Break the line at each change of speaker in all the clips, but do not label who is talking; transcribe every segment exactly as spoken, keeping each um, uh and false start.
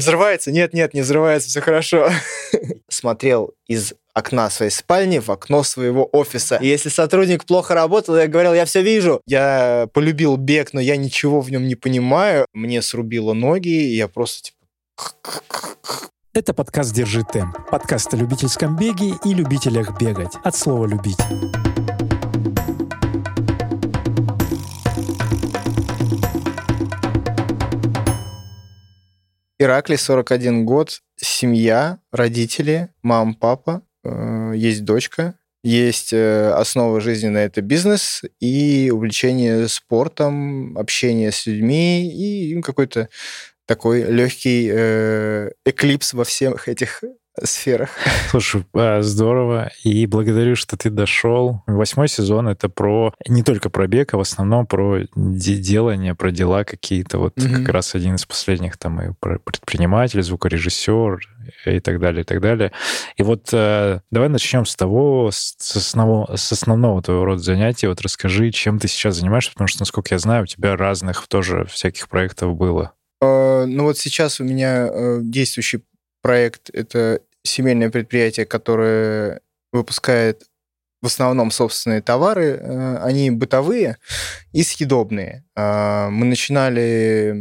Взрывается? Нет, нет, не взрывается, все хорошо. Смотрел из окна своей спальни в окно своего офиса. И если сотрудник плохо работал, я говорил, я все вижу. Я полюбил бег, но я ничего в нем не понимаю. Мне срубило ноги, и я просто типа...
Это подкаст «Держи темп». Подкаст о любительском беге и любителях бегать. От слова «любить».
Ираклий, сорок один год, семья, родители, мама, папа, э, есть дочка, есть э, основа жизненная — это бизнес и увлечение спортом, общение с людьми и ну, какой-то такой легкий э, эклипс во всех этих сферах.
Слушай, здорово. И благодарю, что ты дошел. Восьмой сезон — это про не только про бег, а в основном про делание, про дела какие-то. Вот mm-hmm. как раз один из последних там и про предприниматель, звукорежиссер и так далее, и так далее. И вот давай начнем с того, с основного, с основного твоего рода занятий. Вот расскажи, чем ты сейчас занимаешься, потому что, насколько я знаю, у тебя разных тоже всяких проектов было.
Uh, ну вот сейчас у меня uh, действующий проект — это семейное предприятие, которое выпускает в основном собственные товары. Они бытовые и съедобные. Мы начинали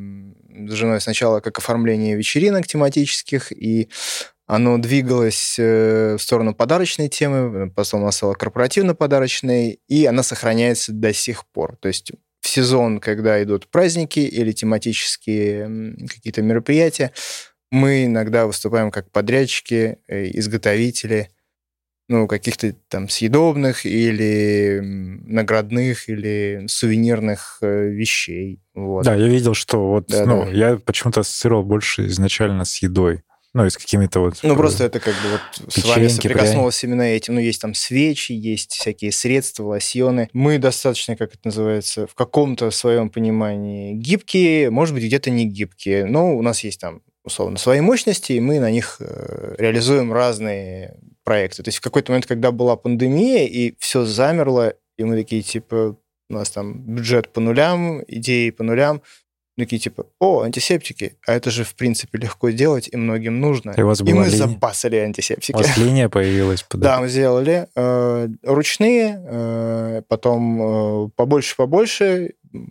с женой сначала как оформление вечеринок тематических, и оно двигалось в сторону подарочной темы, потом она стала корпоративно-подарочной, и она сохраняется до сих пор. То есть в сезон, когда идут праздники или тематические какие-то мероприятия, мы иногда выступаем как подрядчики, изготовители, ну, каких-то там съедобных или наградных или сувенирных вещей. Вот.
Да, я видел, что вот,
да,
ну,
да.
я почему-то ассоциировал больше изначально с едой. Ну, и с какими-то вот...
Ну, просто это как бы вот
печеньки,
с вами соприкоснулось прям... именно этим. Ну, есть там свечи, есть всякие средства, лосьоны. Мы достаточно, как это называется, в каком-то своем понимании гибкие, может быть, где-то не гибкие. Но у нас есть там, условно, свои мощности, и мы на них реализуем разные проекты. То есть в какой-то момент, когда была пандемия, и все замерло, и мы такие, типа, у нас там бюджет по нулям, идеи по нулям, такие типа, о, антисептики, а это же, в принципе, легко делать, и многим нужно.
И, у вас
и мы
линия?
забасали антисептики.
У вас линия появилась?
Да, мы сделали э, ручные, э, потом э, побольше-побольше,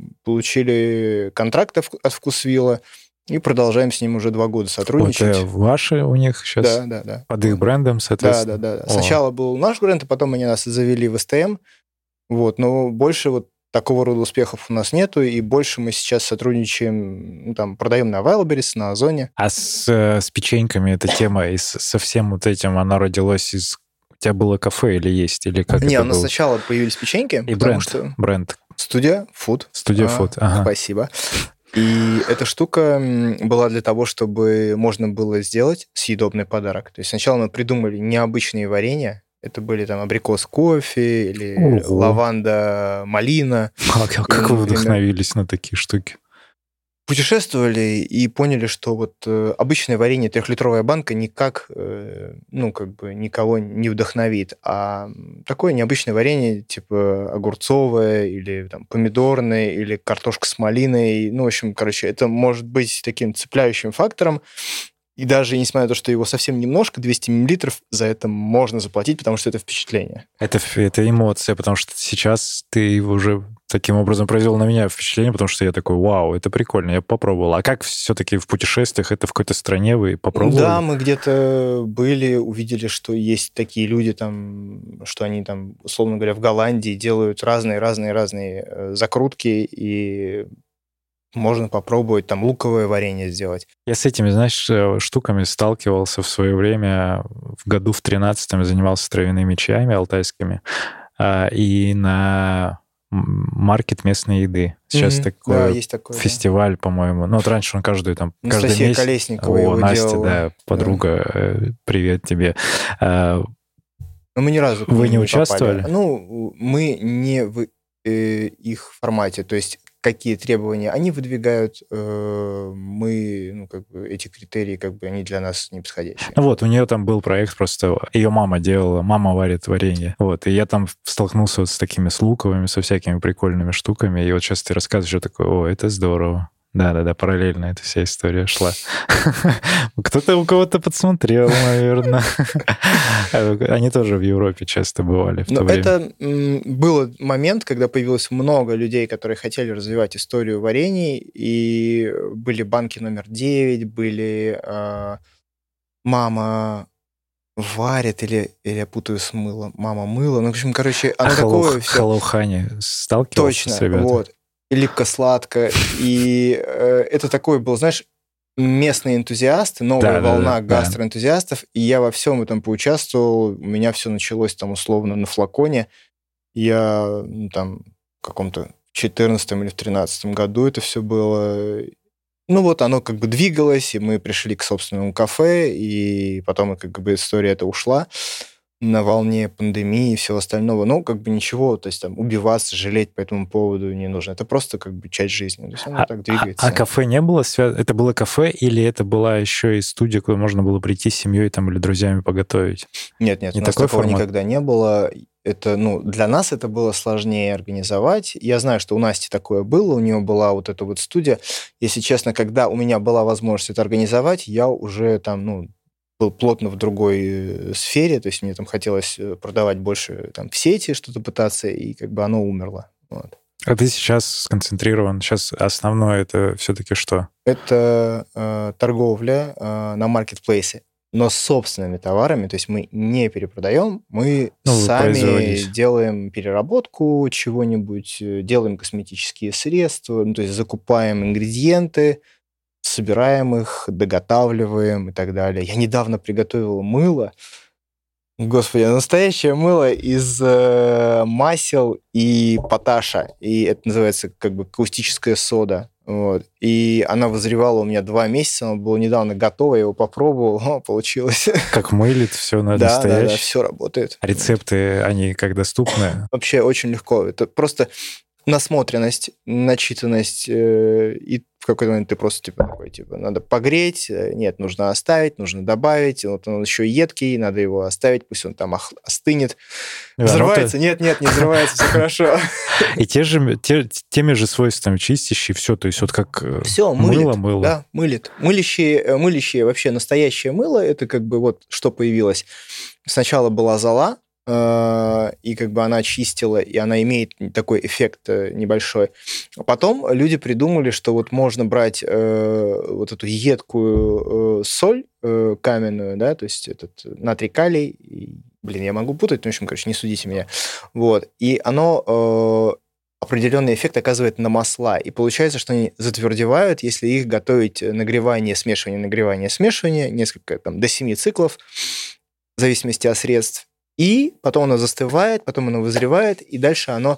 получили контрактов от Вкусвилла, и продолжаем с ним уже два года сотрудничать.
Это ваши у них сейчас?
Да, да, да.
Под их брендом, соответственно?
Да, да, да. Сначала был наш бренд, а потом они нас завели в эс тэ эм, вот, но больше вот такого рода успехов у нас нету, и больше мы сейчас сотрудничаем, ну, там, продаем на Wildberries, на Озоне.
А с, с печеньками эта тема, и с, со всем вот этим, она родилась из... У тебя было кафе или есть? Или как
Не,
это
у нас
было?
Сначала появились печеньки.
И бренд, что... бренд.
Студия Food.
Студия Food,
а,
ага.
Спасибо. И эта штука была для того, чтобы можно было сделать съедобный подарок. То есть сначала мы придумали необычные варенья. Это были там абрикос кофе или Ого. лаванда малина.
А как, как вы вдохновились на такие штуки?
Путешествовали и поняли, что вот э, обычное варенье, трехлитровая банка, никак, э, ну, как бы никого не вдохновит. А такое необычное варенье, типа огурцовое или там, помидорное, или картошка с малиной, ну, в общем, короче, это может быть таким цепляющим фактором. И даже несмотря на то, что его совсем немножко, двести миллилитров, за это можно заплатить, потому что это впечатление.
Это, это эмоция, потому что сейчас ты уже таким образом произвел на меня впечатление, потому что я такой, вау, это прикольно, я попробовал. А как все-таки в путешествиях, это в какой-то стране вы попробовали?
Да, мы где-то были, увидели, что есть такие люди, там, что они там, условно говоря, в Голландии делают разные-разные-разные закрутки, и можно попробовать там луковое варенье сделать.
Я с этими, знаешь, штуками сталкивался в свое время. В году в тринадцатом я занимался травяными чаями алтайскими. И на маркет местной еды. Сейчас mm-hmm. такой,
да, есть такой
фестиваль, да. по-моему. Ну, вот раньше он каждый там...
Анастасия
каждый месяц...
Колесникова
О,
его
Настя,
делала.
да, подруга, да. Привет тебе.
Но мы ни разу
Вы не,
не
участвовали?
Попали. Ну, мы не в э, их формате. То есть какие требования они выдвигают, э, мы, ну, как бы, эти критерии, как бы, они для нас не подходящие.
Вот, у нее там был проект, просто ее мама делала, мама варит варенье. Вот, и я там столкнулся вот с такими с луковыми, со всякими прикольными штуками, и вот сейчас ты рассказываешь, я такой, о, это здорово. Да-да-да, параллельно эта вся история шла. Кто-то у кого-то подсмотрел, наверное. Они тоже в Европе часто бывали в то время.
Это был момент, когда появилось много людей, которые хотели развивать историю варений, и были банки номер девять, были «Мама варит», или, или я путаю с мылом, «Мама мыла». Ну, в общем, короче, оно
а
такое
все. Hello Honey сталкивался
Точно,
с ребятами?
Вот. И липко-сладко. И э, это такой был, знаешь, местные энтузиасты, новая
да,
волна
да, да,
гастроэнтузиастов, да. И я во всем этом поучаствовал. У меня все началось там условно на флаконе. Я ну, там в каком-то четырнадцатом или в тринадцатом году это все было. Ну вот оно как бы двигалось, и мы пришли к собственному кафе, и потом как бы история эта ушла на волне пандемии и всего остального. Ну, как бы ничего, то есть там убиваться, жалеть по этому поводу не нужно. Это просто как бы часть жизни. То есть оно
а,
так двигается.
А, а кафе не было связано? Это было кафе или это была еще и студия, куда можно было прийти с семьей там, или друзьями поготовить?
Нет, нет,
не
у нас
такой
такого
формат?
никогда не было. Это, ну, для нас это было сложнее организовать. Я знаю, что у Насти такое было, у нее была вот эта вот студия. Если честно, когда у меня была возможность это организовать, я уже там, ну, был плотно в другой сфере, то есть мне там хотелось продавать больше там в сети, что-то пытаться, и как бы оно умерло. Вот.
А ты сейчас сконцентрирован, сейчас основное это все-таки что?
Это э, торговля э, на маркетплейсе, но с собственными товарами, то есть мы не перепродаем, мы ну, сами делаем переработку чего-нибудь, делаем косметические средства, ну, то есть закупаем ингредиенты, собираем их, доготавливаем и так далее. Я недавно приготовил мыло. Господи, настоящее мыло из э, масел и поташа. И это называется как бы каустическая сода. Вот. И она вызревала у меня два месяца, она была недавно готова, я его попробовал, о, получилось.
Как мылит, все на
да,
настоящее?
Да, да, все работает.
Рецепты, они как доступны?
Вообще очень легко. Это просто насмотренность, начитанность, э, и в какой-то момент ты просто типа такой, типа, надо погреть, нет, нужно оставить, нужно добавить, вот он еще едкий, надо его оставить, пусть он там остынет. Да, взрывается? Нет, нет, не взрывается, все хорошо.
И те же, те, теми же свойствами чистящие, все, то есть вот как
все,
мыло,
мылит,
мыло.
Да, мылит. Мылящие, мылящие, вообще настоящее мыло, это как бы вот что появилось. Сначала была зола, и как бы она чистила, и она имеет такой эффект небольшой. А потом люди придумали, что вот можно брать э, вот эту едкую э, соль э, каменную, да, то есть этот натрий калий, и, блин, я могу путать, но, в общем, короче, не судите меня. Вот. И оно э, определенный эффект оказывает на масла, и получается, что они затвердевают, если их готовить нагревание, смешивание, нагревание, смешивание, несколько, там, до семи циклов, в зависимости от средств. И потом оно застывает, потом оно вызревает, и дальше оно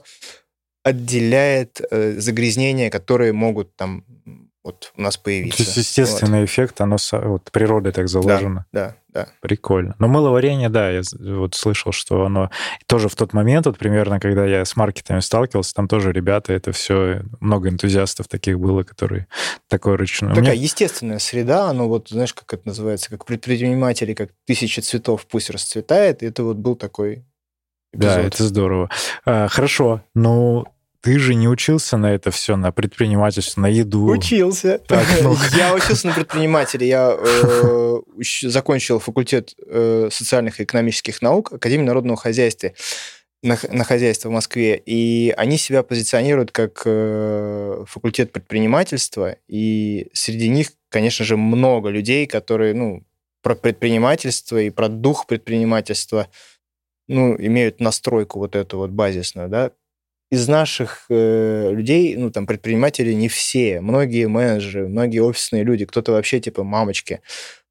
отделяет э, загрязнения, которые могут там вот у нас появиться.
То есть естественный вот. эффект, оно вот, природой так заложено.
Да, да, да.
Прикольно. Но мыловарение, да, я вот слышал, что оно тоже в тот момент, вот примерно, когда я с маркетами сталкивался, там тоже ребята, это все, много энтузиастов таких было, которые такое ручное.
Такая
меня...
естественная среда, оно вот, знаешь, как это называется, как предприниматели, как тысяча цветов пусть расцветает, и это вот был такой эпизод.
Да, это здорово. А, хорошо, ну... Ты же не учился на это все, на предпринимательство, на еду.
Учился. Так, ну... Я учился на предпринимателя. Я э, закончил факультет э, социальных и экономических наук, Академию народного хозяйства на, на хозяйство в Москве. И они себя позиционируют как э, факультет предпринимательства. И среди них, конечно же, много людей, которые ну, про предпринимательство и про дух предпринимательства ну, имеют настройку вот эту вот базисную, да. Из наших э, людей, ну, там, предприниматели не все. Многие менеджеры, многие офисные люди, кто-то вообще типа мамочки.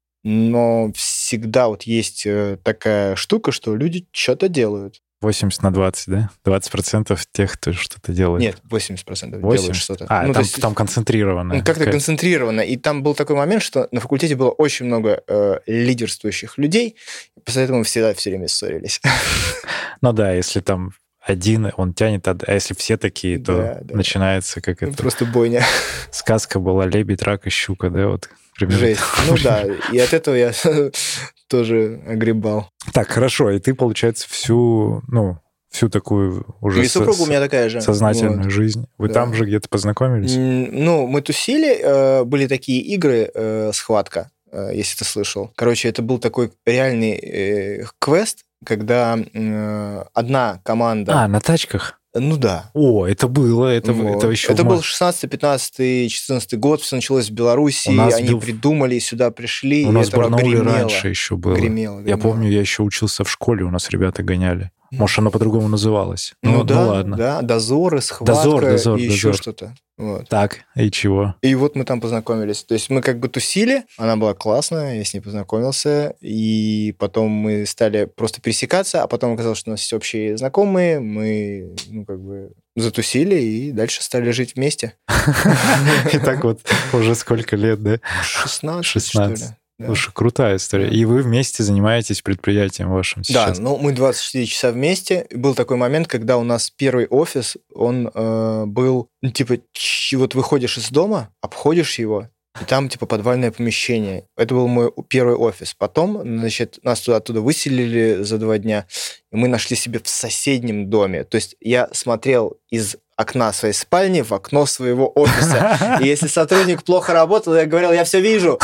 Но всегда вот есть э, такая штука, что люди что-то делают.
восемьдесят на двадцать, да? двадцать процентов тех, кто что-то делает.
Нет, восемьдесят процентов
восемьдесят?
делают что-то.
А,
ну,
там,
есть,
там концентрировано.
Ну, как-то концентрировано. И там был такой момент, что на факультете было очень много э, лидерствующих людей, и после этого мы всегда все время ссорились.
Ну да, если там... один, он тянет, а если все такие, то да, да. начинается как
ну,
это...
Просто бойня.
Сказка была «Лебедь, рак и щука», да, вот примерно.
Жесть. Ну да, и от этого я тоже огребал.
Так, хорошо, и ты, получается, всю, ну, всю такую уже
И супруга
со-
у меня такая же.
сознательную
Вот.
жизнь. Вы
Да.
там же где-то познакомились?
М, Ну, мы тусили, э, были такие игры э, «Схватка», э, если ты слышал. Короче, это был такой реальный э, квест, когда э, одна команда...
А, на тачках?
Ну да.
О, это было, это,
Вот.
это еще...
Это
в мо-
был шестнадцатый, пятнадцатый, четырнадцатый год, все началось в Беларуси,
У нас
они
был-
придумали, сюда пришли,
У
и
нас в
это
Барнауле
гремело.
раньше еще было.
Гремело,
Я
гремело.
помню, я еще учился в школе, у нас ребята гоняли. Может, оно по-другому называлось.
Ну,
Ну,
да,
ну ладно.
да, дозоры, схватка
Дозор, дозор,
и еще
дозор.
что-то. Вот.
Так, и чего?
И вот мы там познакомились. То есть мы как бы тусили, она была классная, я с ней познакомился, и потом мы стали просто пересекаться, а потом оказалось, что у нас есть общие знакомые, мы, ну, как бы затусили и дальше стали жить вместе.
И так вот уже сколько лет, да?
шестнадцать,
шестнадцать.
что ли. Да.
Слушай, крутая история.
Да.
И вы вместе занимаетесь предприятием вашим
Да,
сейчас?
ну мы двадцать четыре часа вместе. Был такой момент, когда у нас первый офис, он э, был, ну, типа, ч- вот выходишь из дома, обходишь его, и там, типа, подвальное помещение. Это был мой первый офис. Потом, значит, нас туда оттуда выселили за два дня, и мы нашли себе в соседнем доме. То есть я смотрел из окна своей спальни в окно своего офиса. И если сотрудник плохо работал, я говорил, я все вижу.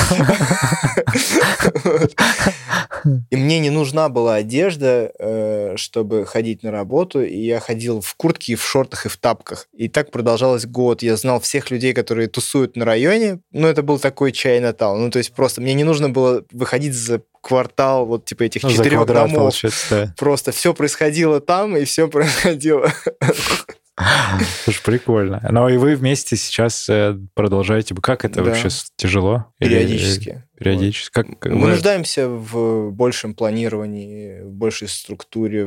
И мне не нужна была одежда, э, чтобы ходить на работу, и я ходил в куртке, и в шортах, и в тапках. И так продолжалось год. Я знал всех людей, которые тусуют на районе. Ну, это был такой Чайна-таун. Ну, то есть просто мне не нужно было выходить за квартал вот типа этих
Ну, за
четырех
квадрат,
домов.
получается, да.
Просто все происходило там, и все происходило.
Слушай, прикольно. Ну и вы вместе сейчас э, продолжаете. Как это
Да.
вообще с- тяжело? Или-
Периодически.
Периодически. Как, как
Мы
вы-
нуждаемся в большем планировании, в большей структуре,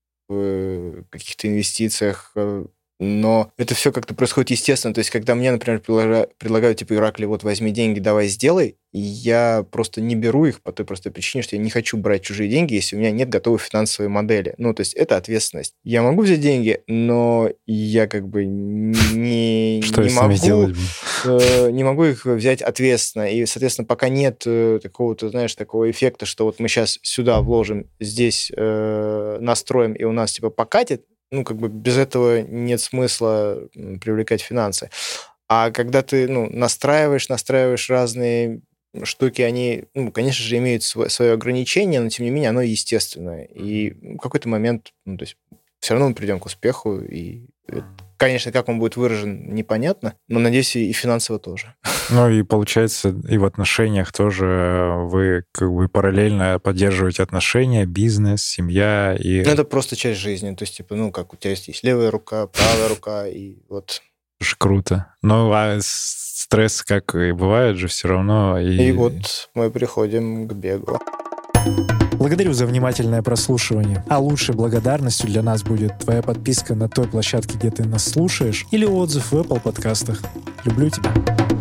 в каких-то инвестициях, э, но это все как-то происходит естественно. То есть, когда мне, например, предлагают, предлагают типа, Иракли, вот возьми деньги, давай сделай, и я просто не беру их по той простой причине, что я не хочу брать чужие деньги, если у меня нет готовой финансовой модели. Ну, то есть, это ответственность. Я могу взять деньги, но я как бы не,
Что
не
я с ними
могу...
делать буду?
э, не могу их взять ответственно. И, соответственно, пока нет э, какого-то, знаешь, такого эффекта, что вот мы сейчас сюда вложим, здесь э, настроим, и у нас типа покатит, ну, как бы без этого нет смысла м, привлекать финансы. А когда ты, ну, настраиваешь, настраиваешь разные штуки, они, ну, конечно же, имеют сво- свое ограничение, но, тем не менее, оно естественное. И в какой-то момент, ну, то есть все равно мы придем к успеху, и, э, конечно, как он будет выражен, непонятно, но, надеюсь, и и финансово тоже.
Ну и получается, и в отношениях тоже вы как бы параллельно поддерживаете отношения, бизнес, семья и...
Ну, это просто часть жизни. То есть, типа, ну, как у тебя есть, есть левая рука, правая рука, и вот.
Слушай, круто. Ну, а с- стресс, как и бывает же, все равно. И,
И вот мы приходим к бегу.
Благодарю за внимательное прослушивание. А лучшей благодарностью для нас будет твоя подписка на той площадке, где ты нас слушаешь, или отзыв в Apple подкастах. Люблю тебя.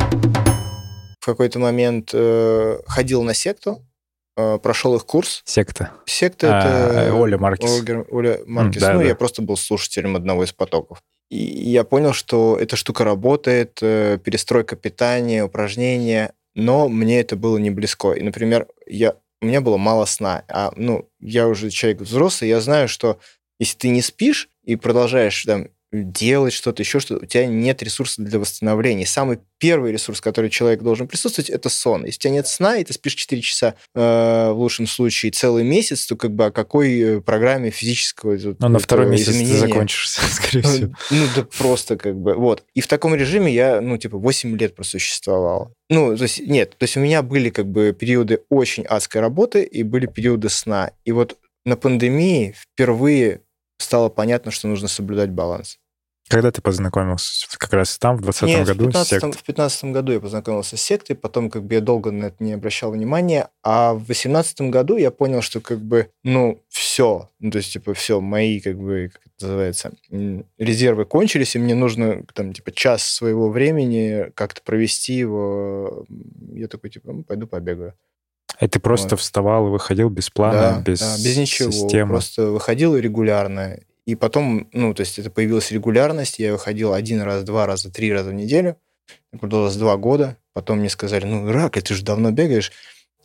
В какой-то момент э, ходил на секту, э, прошел их курс.
Секта.
Секта
А,
это...
Оля Маркес.
Ольга- Оля Маркес.
М, да,
ну,
да.
я просто был слушателем одного из потоков. И я понял, что эта штука работает, э, перестройка питания, упражнения, но мне это было не близко. И, например, я, у меня было мало сна. А, ну, я уже человек взрослый, я знаю, что если ты не спишь и продолжаешь там делать что-то, еще что-то, у тебя нет ресурса для восстановления. И самый первый ресурс, который человек должен присутствовать, это сон. Если у тебя нет сна, и ты спишь четыре часа, э, в лучшем случае, целый месяц, то как бы о какой программе физического
Ну, на второй месяц ты
изменения?
закончишься, скорее всего.
Ну, да просто как бы, вот. И в таком режиме я, ну, типа, восемь лет просуществовал. Ну, то есть, нет, то есть у меня были как бы периоды очень адской работы и были периоды сна. И вот на пандемии впервые стало понятно, что нужно соблюдать баланс.
Когда ты познакомился? Как раз там, в двадцатом
Нет,
году?
в пятнадцатом,
сектой?
в пятнадцатом году я познакомился с сектой, потом как бы я долго на это не обращал внимания, а в восемнадцатом году я понял, что как бы, ну, все, ну, то есть, типа, все, мои, как бы, как это называется, м, резервы кончились, и мне нужно, там, типа, час своего времени как-то провести его. Я такой, типа, ну, пойду побегаю.
И ты просто
Вот.
вставал и выходил без плана,
Да,
без,
да, без ничего,
системы.
просто выходил регулярно. И потом, ну, то есть это появилась регулярность, я выходил один раз, два раза, три раза в неделю. Это продолжалось два года. Потом мне сказали, ну, Иракли, ты же давно бегаешь.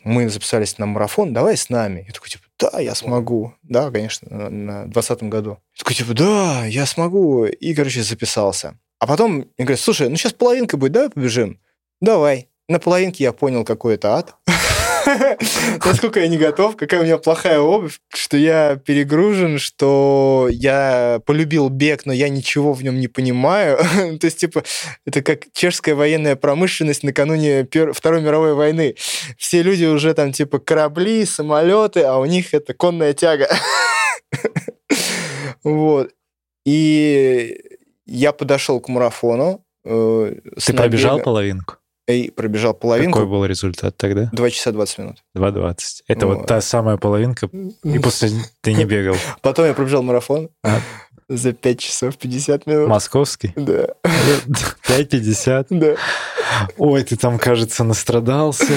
мы записались на марафон, давай с нами. Я такой, типа, да, я смогу. Да, конечно, на двадцатом году. Я такой, типа, да, я смогу. И, короче, записался. А потом мне говорят, слушай, ну сейчас половинка будет, давай побежим. Давай. На половинке я понял, какой это ад. Насколько я не готов, какая у меня плохая обувь, что я перегружен, что я полюбил бег, но я ничего в нем не понимаю. То есть, типа, это как чешская военная промышленность накануне Пер... Второй мировой войны. Все люди уже там, типа, корабли, самолеты, а у них это конная тяга. Вот. И я подошел к марафону.
Ты пробежал половинку?
И пробежал половинку.
Какой был результат тогда?
два часа двадцать минут.
два двадцать. Это вот, вот та самая половинка, и после ты не бегал.
Потом я пробежал марафон а? за пять часов пятьдесят минут.
Московский?
Да.
пять пятьдесят?
Да.
Ой, ты там, кажется, настрадался.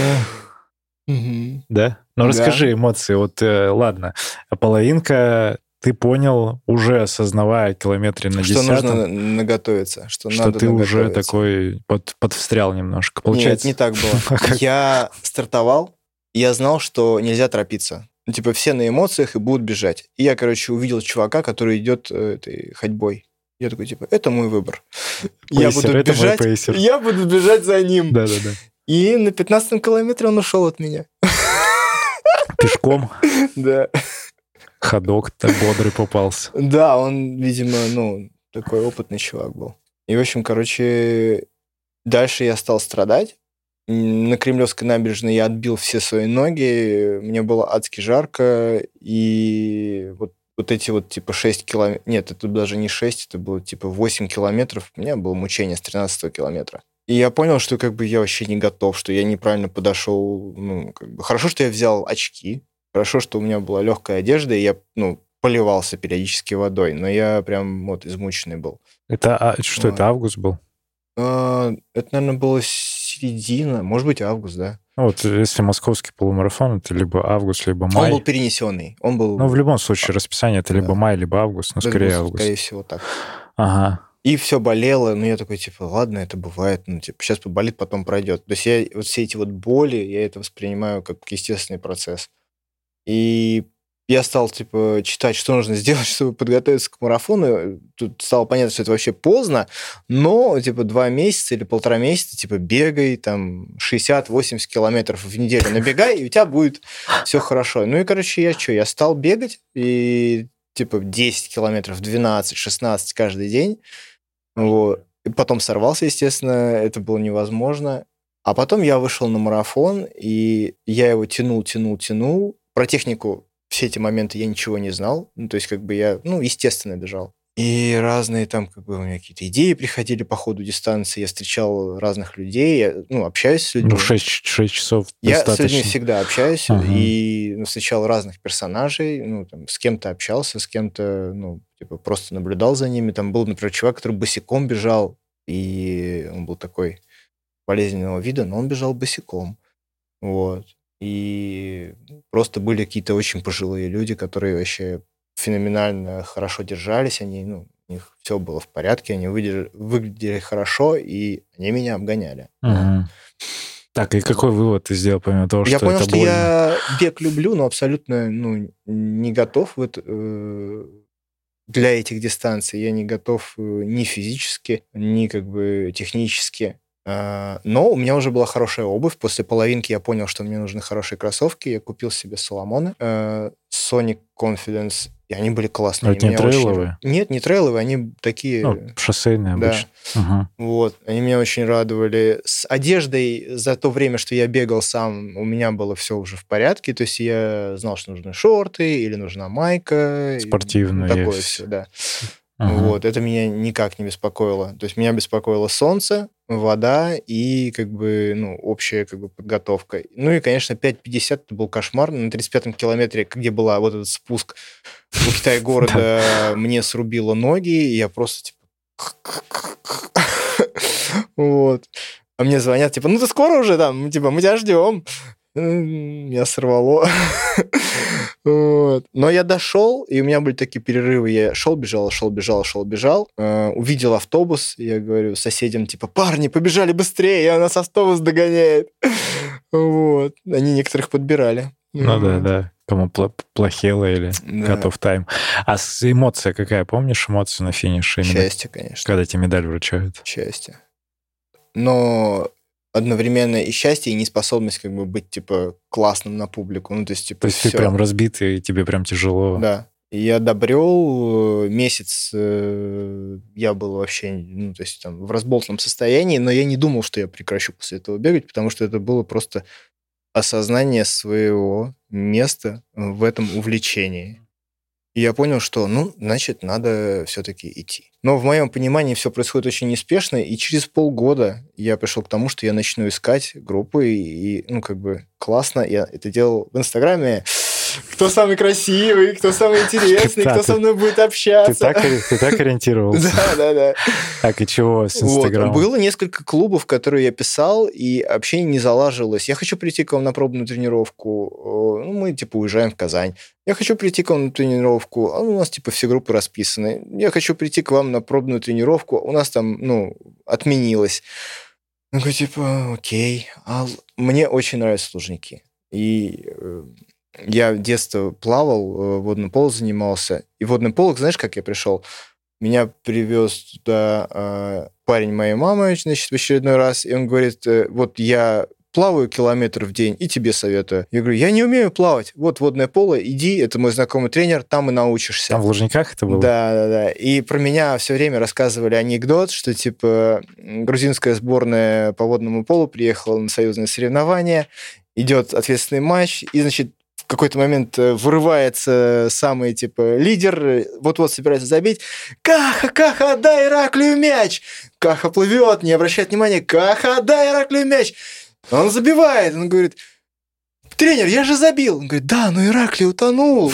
Угу.
Да? Ну,
да.
расскажи эмоции. Вот, э, ладно, половинка... Ты понял, уже осознавая километре на десятом...
Что нужно наготовиться, что,
что
надо
ты
наготовиться.
уже такой под, подвстрял немножко. Получается...
Нет, не так было. Я стартовал, и я знал, что нельзя торопиться. Ну, типа, все на эмоциях и будут бежать. И я, короче, увидел чувака, который идет этой ходьбой. Я такой, типа, это мой выбор. Я буду
это
бежать, я буду бежать за ним.
Да-да-да.
И на пятнадцатом километре он ушел от меня.
Пешком?
Да.
Ходок-то бодрый попался.
Да, он, видимо, ну, такой опытный чувак был. И, в общем, короче, дальше я стал страдать. На Кремлевской набережной я отбил все свои ноги, мне было адски жарко, и вот, вот эти вот, типа, шесть километров... Нет, это даже не шесть, это было, типа, восемь километров. У меня было мучение с тринадцатого километра. И я понял, что, как бы, я вообще не готов, что я неправильно подошел. Ну, как бы, хорошо, что я взял очки. Хорошо, что у меня была легкая одежда, и я, ну, поливался периодически водой, но я прям вот измученный был.
Это а, что, вот. Это август был?
А, это, наверное, было середина, может быть, август, да.
Ну, вот если московский полумарафон, это либо август, либо май.
Он был перенесенный. Он был...
Ну, в любом случае, расписание это
да.
либо май, либо август, но да, скорее август.
Скорее всего, так.
Ага.
И все болело, но я такой, типа, ладно, это бывает, ну, типа, сейчас поболит, потом пройдет. То есть я вот все эти вот боли, я это воспринимаю как естественный процесс. И я стал, типа, читать, что нужно сделать, чтобы подготовиться к марафону. Тут стало понятно, что это вообще поздно, но, типа, два месяца или полтора месяца, типа, бегай, там, шестьдесят-восемьдесят километров в неделю набегай, и у тебя будет все хорошо. Ну и, короче, я что, я стал бегать, и, типа, десять километров, двенадцать, шестнадцать каждый день. Вот. И потом сорвался, естественно, это было невозможно. А потом я вышел на марафон, и я его тянул, тянул, тянул. Про технику все эти моменты я ничего не знал. Ну, то есть, как бы я, ну, естественно, бежал. И разные там, как бы, у меня какие-то идеи приходили по ходу дистанции. Я встречал разных людей, я, ну, общаюсь с людьми.
Ну, шесть часов
я
достаточно.
Я с людьми всегда общаюсь,
ага.
и ну, встречал разных персонажей. Ну, там, с кем-то общался, с кем-то, ну, типа, просто наблюдал за ними. Там был, например, чувак, который босиком бежал, и он был такой болезненного вида, но он бежал босиком. Вот. И просто были какие-то очень пожилые люди, которые вообще феноменально хорошо держались, они, ну, у них все было в порядке, они выдерж... выглядели хорошо, и они меня обгоняли.
Угу. Так, и какой вывод ты сделал, помимо того,
я
что
понял,
это
что
больно?
Я бег люблю, но абсолютно, ну, не готов вот, э, для этих дистанций. Я не готов ни физически, ни как бы технически. Но у меня уже была хорошая обувь. После половинки я понял, что мне нужны хорошие кроссовки. Я купил себе Соломоны, Sonic Confidence, и они были классные.
Это не трейловые?
Очень... Нет, не трейловые, они такие...
Ну, шоссейные обычно.
Да.
Угу.
Вот, они меня очень радовали. С одеждой за то время, что я бегал сам, у меня было все уже в порядке. То есть я знал, что нужны шорты или нужна майка.
Спортивная.
И, ну, такое все, да. Ага. Вот, это меня никак не беспокоило. То есть меня беспокоило солнце, вода и как бы, ну, общая как бы подготовка. Ну и, конечно, пять пятьдесят это был кошмар. На тридцать пятом километре, где был вот этот спуск у Китай-города, мне срубило ноги, и я просто типа... Вот. А мне звонят, типа, ну ты скоро уже там, типа, мы тебя ждем. Меня сорвало. Вот. Но я дошел, и у меня были такие перерывы. Я шел, бежал, шел, бежал, шел, бежал. Э, увидел автобус. Я говорю соседям, типа, парни, побежали быстрее, а нас автобус догоняет. Вот. Они некоторых подбирали.
Ну да, да. Кому плохело или
Да.
cut off time. А с- эмоция какая? Помнишь эмоцию на финише? именно
Счастье, конечно.
Когда тебе медаль вручают?
Счастье. Но одновременно и счастье, и неспособность как бы быть, типа, классным на публику. Ну, то есть, типа,
То есть ты
всё.
прям разбитый, и тебе прям тяжело.
Да. И я добрел э, месяц, э, я был вообще, ну, то есть там в разболтанном состоянии, но я не думал, что я прекращу после этого бегать, потому что это было просто осознание своего места в этом увлечении. И я понял, что, ну, значит, надо все-таки идти. Но в моем понимании все происходит очень неспешно, и через полгода я пришел к тому, что я начну искать группы, и, ну, как бы, классно. Я это делал в Инстаграме. Кто самый красивый, кто самый интересный,
Да,
кто
ты-
со мной будет
Ты
общаться.
так, ори- ты так ориентировался?
Да, да, да.
Так, и чего с
Вот.
Инстаграмом?
Было несколько клубов, в которые я писал, и общение не залаживалось. Я хочу прийти к вам на пробную тренировку. Э, Ну, мы, типа, уезжаем в Казань. Я хочу прийти к вам на тренировку. А у нас, типа, все группы расписаны. Я хочу прийти к вам на пробную тренировку. У нас там, ну, отменилось. Я говорю, типа, окей. А л- мне очень нравятся Лужники. И э, я в детстве плавал, э, водным поло занимался. И водный поло, знаешь, как я пришел? Меня привез туда э, парень моей мамы, значит, в очередной раз, и он говорит, э, вот я плаваю километр в день, и тебе советую. Я говорю, я не умею плавать. Вот водное поло, иди, это мой знакомый тренер, там и научишься.
Там в Лужниках это было?
Да, да, да. И про меня все время рассказывали анекдот, что типа м, грузинская сборная по водному полу приехала на союзные соревнования, идет ответственный матч, и, значит, в какой-то момент э, вырывается самый, типа, лидер, э, вот-вот собирается забить. Каха, Каха, отдай Ираклию мяч! Каха плывет, не обращает внимания. Каха, отдай Ираклию мяч! Он забивает, он говорит, тренер, я же забил. Он говорит, да, но Ираклий утонул.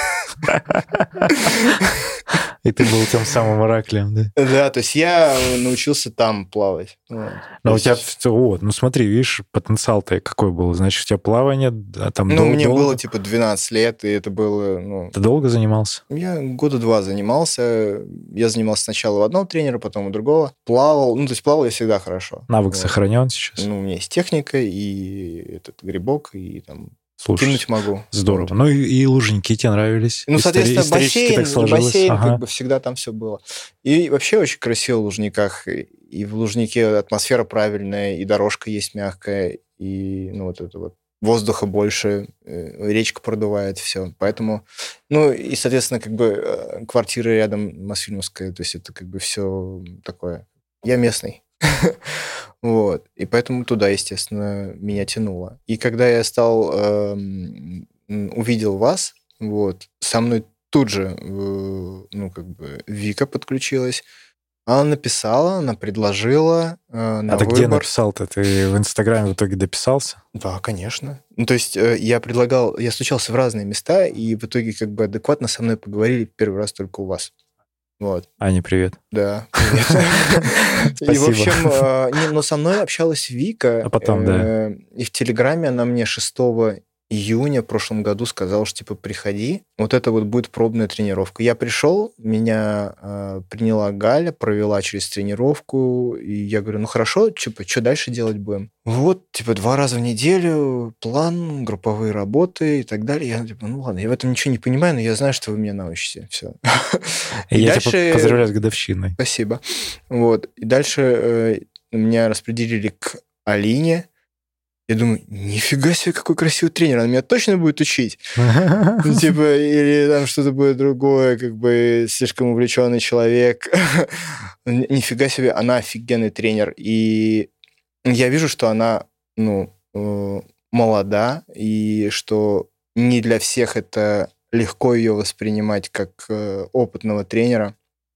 И ты был тем самым Ираклием, да?
Да, то есть я научился там плавать. Вот.
Но
То
у тебя...
есть,
Вот, ну смотри, видишь, потенциал-то какой был. Значит, у тебя плавание да, там
ну,
дол-
мне
долго?
было типа двенадцать лет, и это было, ну...
Ты долго занимался?
Я года два занимался. Я занимался сначала у одного тренера, потом у другого. Плавал. Ну, то есть плавал я всегда хорошо.
Навык
Вот.
сохранен сейчас?
Ну, у меня есть техника, и этот грибок, и там
Слушай,
кинуть могу.
здорово.
Вот.
Ну и, и Лужники тебе нравились?
Ну,
Истори-
соответственно,
исторически
бассейн,
так сложилось?
бассейн
Ага.
как бы всегда там все было. И вообще очень красиво в Лужниках. И в Лужнике атмосфера правильная, и дорожка есть мягкая, и ну, вот это вот воздуха больше, э, речка продувает, все. Поэтому, ну, и, соответственно, как бы э, квартира рядом Мосфильмовская, то есть это как бы все такое. Я местный. Вот. И поэтому туда, естественно, меня тянуло. И когда я стал, эм, м, увидел вас, вот, со мной тут же, э, ну, как бы, Вика подключилась. Она написала, она предложила э, на
А ты где
выбор.
написал-то? Ты в Инстаграме в итоге дописался?
Да, конечно. Ну, то есть э, я предлагал, я стучался в разные места, и в итоге как бы адекватно со мной поговорили первый раз только у вас. Вот.
Аня, привет.
Да, привет. И, в
Спасибо.
общем, э, не, но со мной общалась Вика.
А потом, да.
э, И в Телеграме она мне шестого июня в прошлом году сказала, что, типа, приходи, вот это вот будет пробная тренировка. Я пришел, меня э, приняла Галя, провела через тренировку, и я говорю, ну, хорошо, типа, что дальше делать будем? Вот, типа, два раза в неделю, план, групповые работы и так далее. Я, типа, ну, ладно, я в этом ничего не понимаю, но я знаю, что вы меня научите. Все.
И я тебя поздравляю с годовщиной.
Спасибо. Вот. И дальше э, меня распределили к Алине. Я думаю, нифига себе, какой красивый тренер, она меня точно будет учить? Ну, типа, или там что-то будет другое, как бы слишком увлеченный человек. Нифига себе, она офигенный тренер. И я вижу, что она, ну, э, молода, и что не для всех это легко ее воспринимать как э, опытного тренера.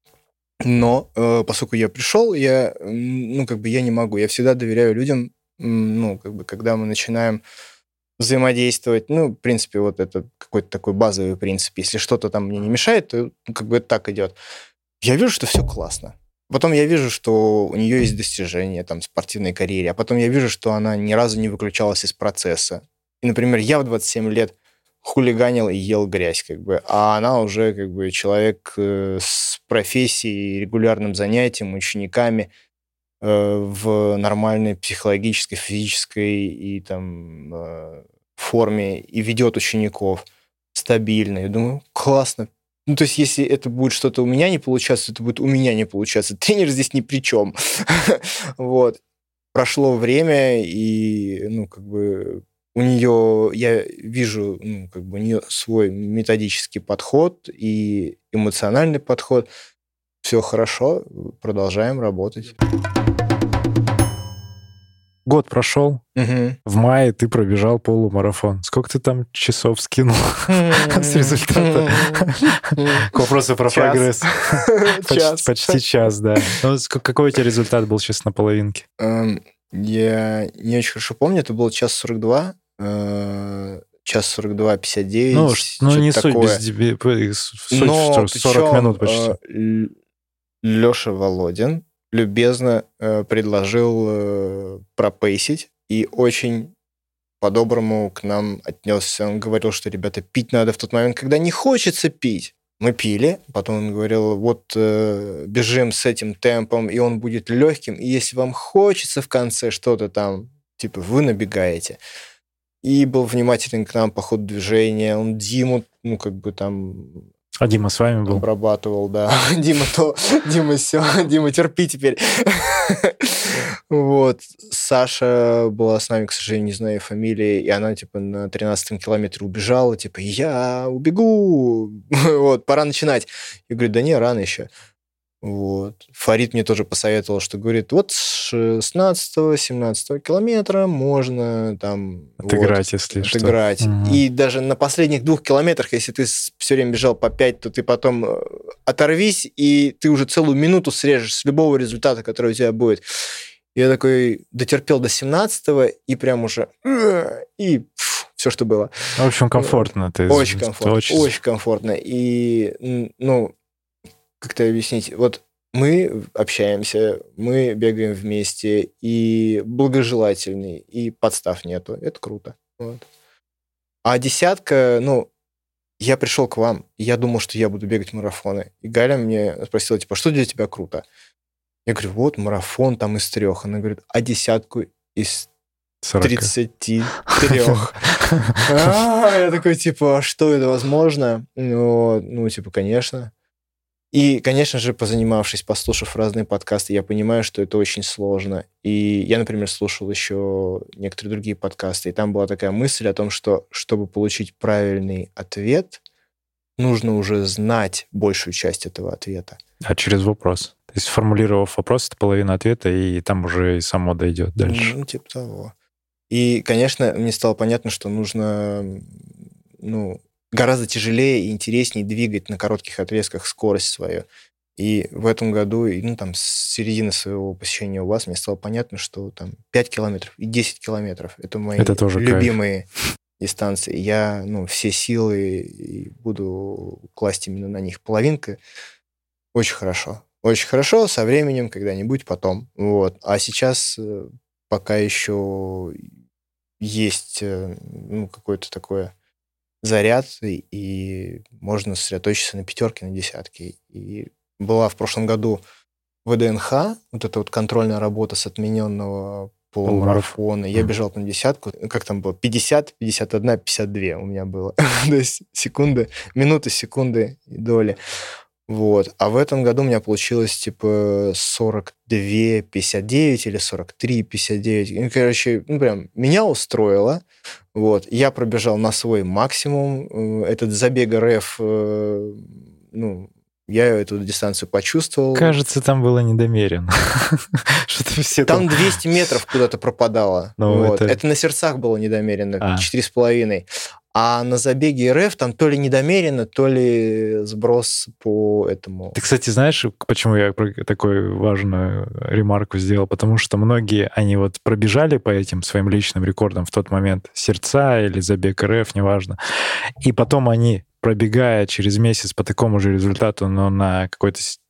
Но э, поскольку я пришел, я, м, ну, как бы я не могу. Я всегда доверяю людям, м, ну, как бы, когда мы начинаем взаимодействовать, ну, в принципе, вот это какой-то такой базовый принцип. Если что-то там мне не мешает, то ну, как бы это так идет. Я вижу, что все классно. Потом я вижу, что у нее есть достижения там в спортивной карьере, а потом я вижу, что она ни разу не выключалась из процесса. И, например, я в двадцать семь лет хулиганил и ел грязь, как бы, а она уже как бы человек с профессией, регулярным занятием, учениками, в нормальной психологической, физической и там форме и ведет учеников стабильно. Я думаю, классно. Ну, то есть, если это будет что-то у меня не получаться, это будет у меня не получаться. Тренер здесь ни при чем. Вот. Прошло время, и, ну, как бы, у нее, я вижу, ну, как бы, у нее свой методический подход и эмоциональный подход. Все хорошо, продолжаем работать.
Год прошел.
Угу.
В мае ты пробежал полумарафон. Сколько ты там часов скинул с результата? К вопросу про прогресс. Почти час, да. Какой у тебя результат был сейчас на половинке?
Я не очень хорошо помню. Это было час сорок два. Час сорок два, пятьдесят девять.
Ну, не суть, суть сорок минут почти.
Леша Володин любезно э, предложил э, пропейсить и очень по-доброму к нам отнесся. Он говорил, что, ребята, пить надо в тот момент, когда не хочется пить. Мы пили, потом он говорил, вот э, бежим с этим темпом, и он будет легким, и если вам хочется в конце что-то там, типа, вы набегаете. И был внимателен к нам по ходу движения. Он Диму, ну, как бы там...
А Дима с вами был?
Обрабатывал, да. Дима то, Дима все, Дима, терпи теперь. Вот. Саша была с нами, к сожалению, не знаю ее фамилии, и она, типа, на тринадцатом километре убежала, типа, я убегу, вот, пора начинать. Я говорю, да не, рано еще. Вот. Фарид мне тоже посоветовал, что говорит, вот с шестнадцатого-семнадцатого километра можно там...
Отыграть,
вот,
если
отыграть.
что. Угу.
И даже на последних двух километрах, если ты все время бежал по пять, то ты потом оторвись, и ты уже целую минуту срежешь с любого результата, который у тебя будет. Я такой дотерпел до семнадцатого, и прям уже... И все, что было.
В общем, комфортно. Ты
очень комфортно. Очень... очень комфортно. И, ну... Как это объяснить? Вот мы общаемся, мы бегаем вместе, и благожелательный, и подстав нету. Это круто. Вот. А десятка, ну, я пришел к вам, и я думал, что я буду бегать марафоны. И Галя мне спросила, типа, что для тебя круто? Я говорю, вот марафон там из трех. Она говорит, а десятку из тридцати трех. Я такой, типа, что это возможно? Ну, типа, конечно. И, конечно же, позанимавшись, послушав разные подкасты, я понимаю, что это очень сложно. И я, например, слушал еще некоторые другие подкасты, и там была такая мысль о том, что чтобы получить правильный ответ, нужно уже знать большую часть этого ответа.
А через вопрос. То есть, сформулировав вопрос, это половина ответа, и там уже и само дойдет дальше.
Ну, типа того. И, конечно, мне стало понятно, что нужно, ну... гораздо тяжелее и интереснее двигать на коротких отрезках скорость свою. И в этом году, ну, там, с середины своего посещения у вас, мне стало понятно, что там пять километров и десять километров — это мои это тоже любимые кайф. Дистанции. Я, ну, все силы буду класть именно на них. Половинка очень хорошо. Очень хорошо, со временем, когда-нибудь потом. Вот. А сейчас пока еще есть, ну, какое-то такое заряд, и можно сосредоточиться на пятерке, на десятке. И была в прошлом году ВДНХ, вот эта вот контрольная работа с отмененного полумарафона. Я бежал на десятку, как там было, пятьдесят, пятьдесят один, пятьдесят два у меня было. То есть секунды, минуты, секунды и доли. Вот. А в этом году у меня получилось типа сорок два пятьдесят девять или сорок три пятьдесят девять. Ну, короче, ну, прям меня устроило. Вот. Я пробежал на свой максимум. Этот забег РФ, ну, я эту дистанцию почувствовал.
Кажется, там было недомеренно. Что-то все
там... там двести метров куда-то пропадало.
Ну,
вот.
это...
это на сердцах было недомеренно, а. четыре с половиной. А на забеге РФ там то ли недомеренно, то ли сброс по этому.
Ты, кстати, знаешь, почему я такую важную ремарку сделал? Потому что многие, они вот пробежали по этим своим личным рекордам в тот момент, сердца или забег РФ, неважно. И потом они, пробегая через месяц по такому же результату, но на какой-то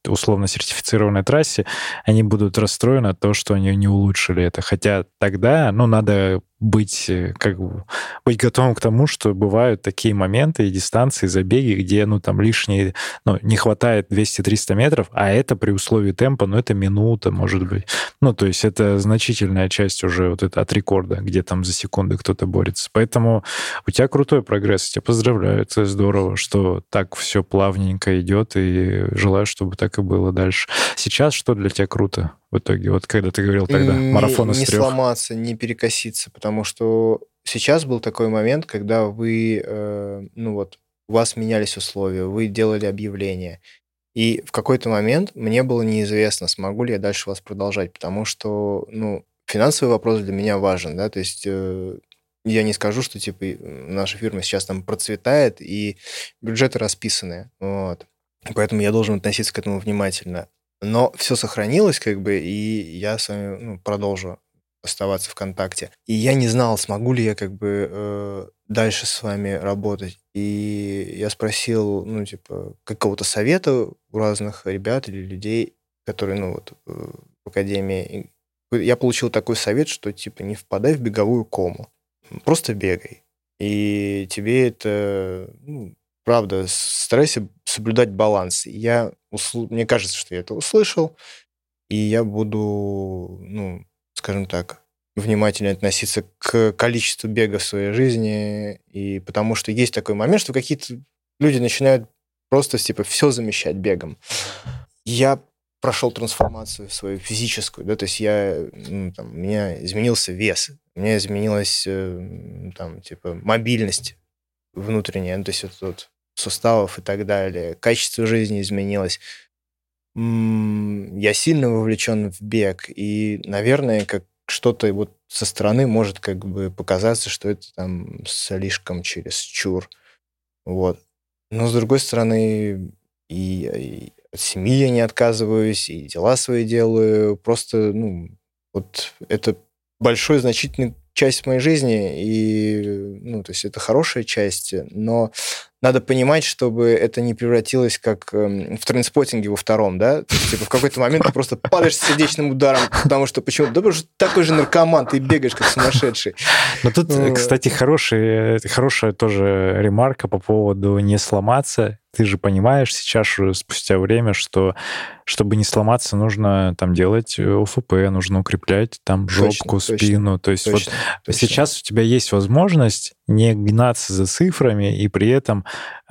условно-сертифицированной трассе, они будут расстроены от того, что они не улучшили это. Хотя тогда, ну, надо быть, как бы, быть готовым к тому, что бывают такие моменты и дистанции, забеги, где, ну, там лишние, ну, не хватает двести-триста метров, а это при условии темпа, ну, это минута, может быть. Ну, то есть это значительная часть уже вот это от рекорда, где там за секунды кто-то борется. Поэтому у тебя крутой прогресс, тебя поздравляю, это здорово, что так все плавненько идет, и желаю, чтобы так и было дальше. Сейчас что для тебя круто в итоге, вот когда ты говорил тогда,
Не,
марафон из
не
трех?
сломаться, не перекоситься, потому что сейчас был такой момент, когда вы, э, ну вот, у вас менялись условия, вы делали объявления, и в какой-то момент мне было неизвестно, смогу ли я дальше вас продолжать, потому что, ну, финансовый вопрос для меня важен, да, то есть э, я не скажу, что, типа, и, м, наша фирма сейчас там процветает, и бюджеты расписаны, вот. Поэтому я должен относиться к этому внимательно. Но все сохранилось, как бы, и я с вами, ну, продолжу оставаться в контакте. И я не знал, смогу ли я, как бы, э, дальше с вами работать. И я спросил, ну, типа, какого-то совета у разных ребят или людей, которые, ну, вот, э, в академии. И я получил такой совет, что, типа, не впадай в беговую кому, просто бегай. И тебе это, ну, правда, старайся соблюдать баланс. Я усл- Мне кажется, что я это услышал, и я буду, ну, скажем так, внимательно относиться к количеству бега в своей жизни, и потому что есть такой момент, что какие-то люди начинают просто, типа, все замещать бегом. Я прошел трансформацию свою физическую, да, то есть я, ну, там, у меня изменился вес, у меня изменилась, э, там, типа, мобильность внутренняя, ну, то есть вот, вот суставов и так далее, качество жизни изменилось. М, Я сильно вовлечен в бег, и, наверное, как что-то вот со стороны может как бы показаться, что это там слишком чересчур. Вот. Но, с другой стороны, и, и от семьи я не отказываюсь, и дела свои делаю. Просто, ну, вот это большой, значительная часть моей жизни, и, ну, то есть это хорошая часть, но надо понимать, чтобы это не превратилось как эм, в трейнспоттинге во втором, да? То есть, типа, в какой-то момент ты просто падаешь с сердечным ударом, потому что почему? Да потому что такой же наркоман, ты бегаешь как сумасшедший.
Но тут,
Вот.
кстати, хороший, хорошая тоже ремарка по поводу не сломаться. Ты же понимаешь сейчас уже спустя время, что чтобы не сломаться, нужно там делать ОФП, нужно укреплять там жопку,
Точно,
спину.
точно,
То есть
точно,
вот
точно.
сейчас у тебя есть возможность не гнаться за цифрами и при этом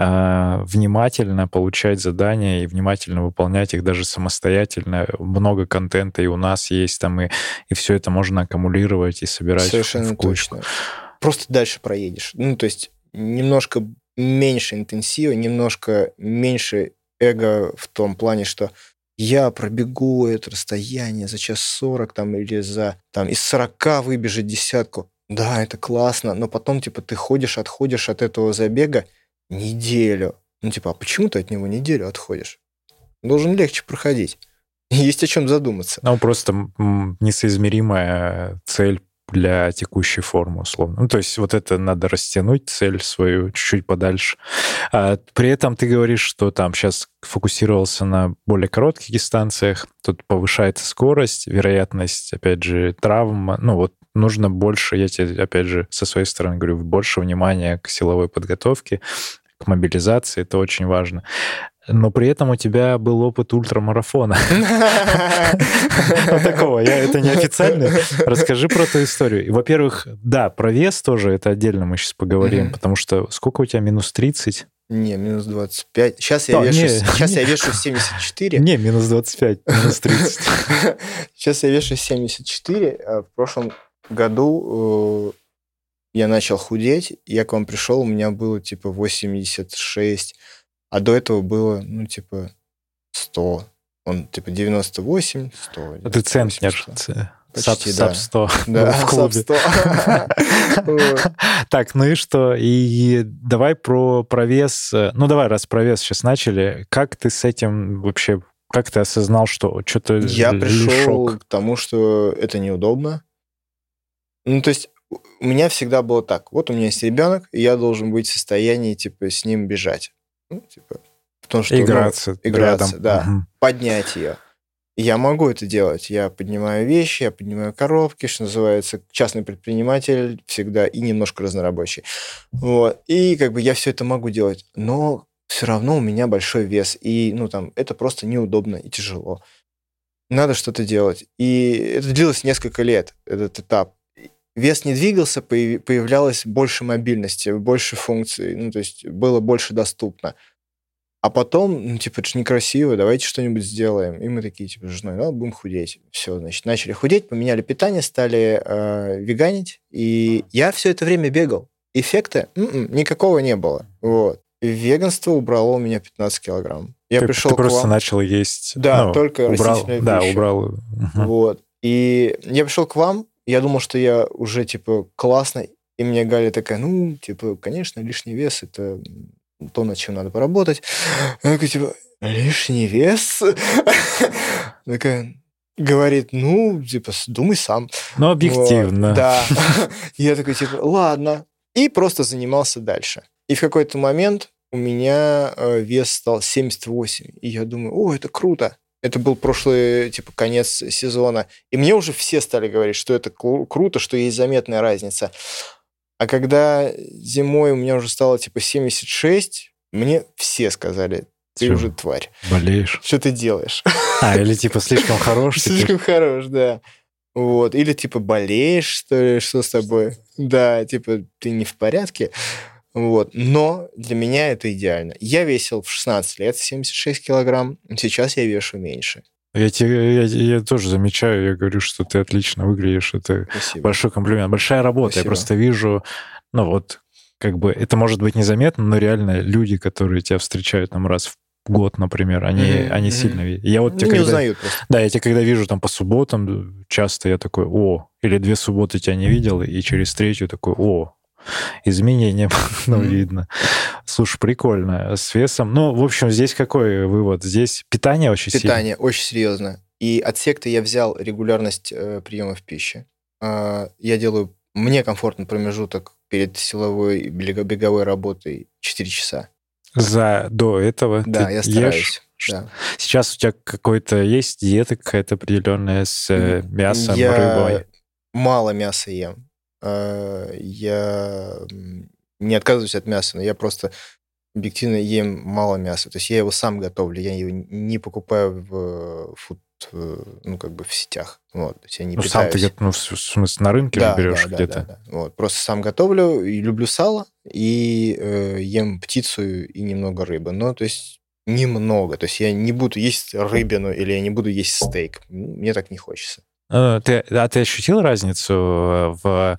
э, внимательно получать задания и внимательно выполнять их даже самостоятельно. Много контента и у нас есть там, и, и все это можно аккумулировать и собирать в,
Совершенно
в кучку.
точно. Просто дальше проедешь. Ну, то есть немножко меньше интенсива, немножко меньше эго в том плане, что я пробегу это расстояние за час сорок там, или за там, из сорока выбежать десятку. Да, это классно, но потом, типа, ты ходишь, отходишь от этого забега неделю. Ну, типа, а почему ты от него неделю отходишь? Должен легче проходить. Есть о чем задуматься.
Ну, просто м, несоизмеримая цель для текущей формы, условно. Ну, то есть вот это надо растянуть, цель свою чуть-чуть подальше. А при этом ты говоришь, что там сейчас фокусировался на более коротких дистанциях, тут повышается скорость, вероятность, опять же, травм. Ну, вот нужно больше, я тебе, опять же, со своей стороны говорю, больше внимания к силовой подготовке, к мобилизации, это очень важно. Но при этом у тебя был опыт ультрамарафона. Вот такого, я это неофициально. Расскажи про эту историю. И, во-первых, да, про вес тоже, это отдельно мы сейчас поговорим, потому что сколько у тебя, минус тридцать?
Не, минус двадцать пять. Сейчас я
А,
вешу,
не,
сейчас
не.
я вешу семьдесят четыре.
Не, минус двадцать пять, минус тридцать.
Сейчас я вешу семьдесят четыре. А в прошлом году э, я начал худеть. Я к вам пришел, у меня было типа восемьдесят шесть, а до этого было, ну, типа сто. Он типа девяносто восемь, сто.
А ты
девяносто восемь,
центнер.
сто.
Саб,
Почти,
саб
да.
сто
Да,
в
саб
клубе.
сто. Вот.
Так, ну и что? И давай про, про вес. Ну, давай, раз про вес сейчас начали. Как ты с этим вообще... Как ты осознал, что что-то
Я пришел
шок?
к тому, что это неудобно. Ну, то есть у у меня всегда было так. Вот у меня есть ребенок, и я должен быть в состоянии, типа, с ним бежать. Ну, типа, в том, что...
Играться.
Ну, играться,
рядом.
да.
Угу.
Поднять ее. Я могу это делать. Я поднимаю вещи, я поднимаю коробки, что называется, частный предприниматель всегда и немножко разнорабочий. Вот. И как бы я все это могу делать. Но все равно у меня большой вес. И, ну, там, это просто неудобно и тяжело. Надо что-то делать. И это длилось несколько лет, этот этап. Вес не двигался, появлялось больше мобильности, больше функций, ну, то есть было больше доступно. А потом, ну, типа, это же некрасиво, давайте что-нибудь сделаем. И мы такие, типа, с женой, ну, будем худеть. Все, значит, начали худеть, поменяли питание, стали э, веганить. И я все это время бегал. Эффекта м-м, никакого не было. Вот. И веганство убрало у меня пятнадцать килограмм. Я
ты,
пришел
ты
к
просто
вам...
начал есть...
Да,
ну,
только
убрал,
растительную
да,
пищу.
убрал. Угу.
Вот. И я пришел к вам, я думал, что я уже, типа, классно. И мне Галя такая, ну, типа, конечно, лишний вес – это то, над чем надо поработать. Я такой, типа, лишний вес? Такая говорит, ну, типа, думай сам.
Ну, объективно.
Вот, да. Я такой, типа, ладно. И просто занимался дальше. И в какой-то момент у меня вес стал семьдесят восемь. И я думаю, о, это круто. Это был прошлый, типа, конец сезона. И мне уже все стали говорить, что это кру- круто, что есть заметная разница. А когда зимой у меня уже стало, типа, семьдесят шесть, мне все сказали, ты
Чё,
уже тварь.
Болеешь?
Что ты делаешь?
А, или, типа, слишком хорош?
Слишком хорош, да. Вот. Или, типа, болеешь, что ли, что с тобой? Да, типа, ты не в порядке. Вот. Но для меня это идеально. Я весил в шестнадцать лет семьдесят шесть килограмм, сейчас я вешу меньше.
Я, тебе, я, я тоже замечаю, я говорю, что ты отлично выглядишь. Это
Спасибо.
большой комплимент. Большая работа.
Спасибо.
Я просто вижу, ну вот, как бы, это может быть незаметно, но реально люди, которые тебя встречают там раз в год, например, они,
Mm-hmm.
они
Mm-hmm.
сильно видят. Я вот
Ну,
тебя,
не
когда,
узнают просто.
да, я тебя когда вижу там по субботам, часто я такой, о, или две субботы тебя не видел, и через третью такой, о, изменения, ну,
Mm-hmm.
видно. Слушай, прикольно. С весом. Ну, в общем, здесь какой вывод? Здесь питание очень сильно.
Питание очень серьезно. И от секты я взял регулярность э, приемов пищи. Э, я делаю, мне комфортный промежуток перед силовой беговой работой четыре часа.
За до этого
Да,
ты
я стараюсь.
ешь?
Да.
Сейчас у тебя какой-то есть диета какая-то определенная с э, мясом,
я
рыбой?
мало мяса ем. Э, я не отказываюсь от мяса, но я просто объективно ем мало мяса. То есть я его сам готовлю, я его не покупаю в фуд, ну, как бы в сетях. Вот. То есть я не
Ну,
питаюсь.
сам ты, ну, в смысле, на рынке
да,
же берешь
да,
где-то?
Да, да, да. Вот. Просто сам готовлю, и люблю сало, и э, ем птицу и немного рыбы. Ну, то есть немного. То есть я не буду есть рыбину или я не буду есть стейк. Мне так не хочется.
А ты, а ты ощутил разницу в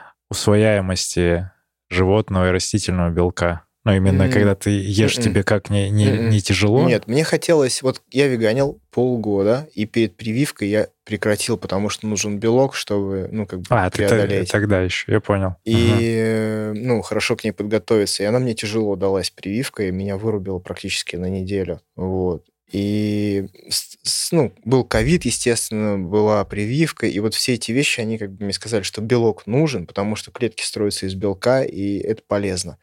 усвояемости животного и растительного белка? Ну, именно mm-hmm. когда ты ешь, mm-hmm. тебе как, не, не, mm-hmm. не тяжело?
Нет, мне хотелось... Вот я веганил полгода, и перед прививкой я прекратил, потому что нужен белок, чтобы, ну, как бы
а,
преодолеть.
А, тогда еще, я понял.
И, угу. ну, хорошо к ней подготовиться. И она мне тяжело далась, прививка, и меня вырубило практически на неделю. Вот. И, ну, был ковид, естественно, была прививка, и вот все эти вещи, они как бы мне сказали, что белок нужен, потому что клетки строятся из белка, и это полезно.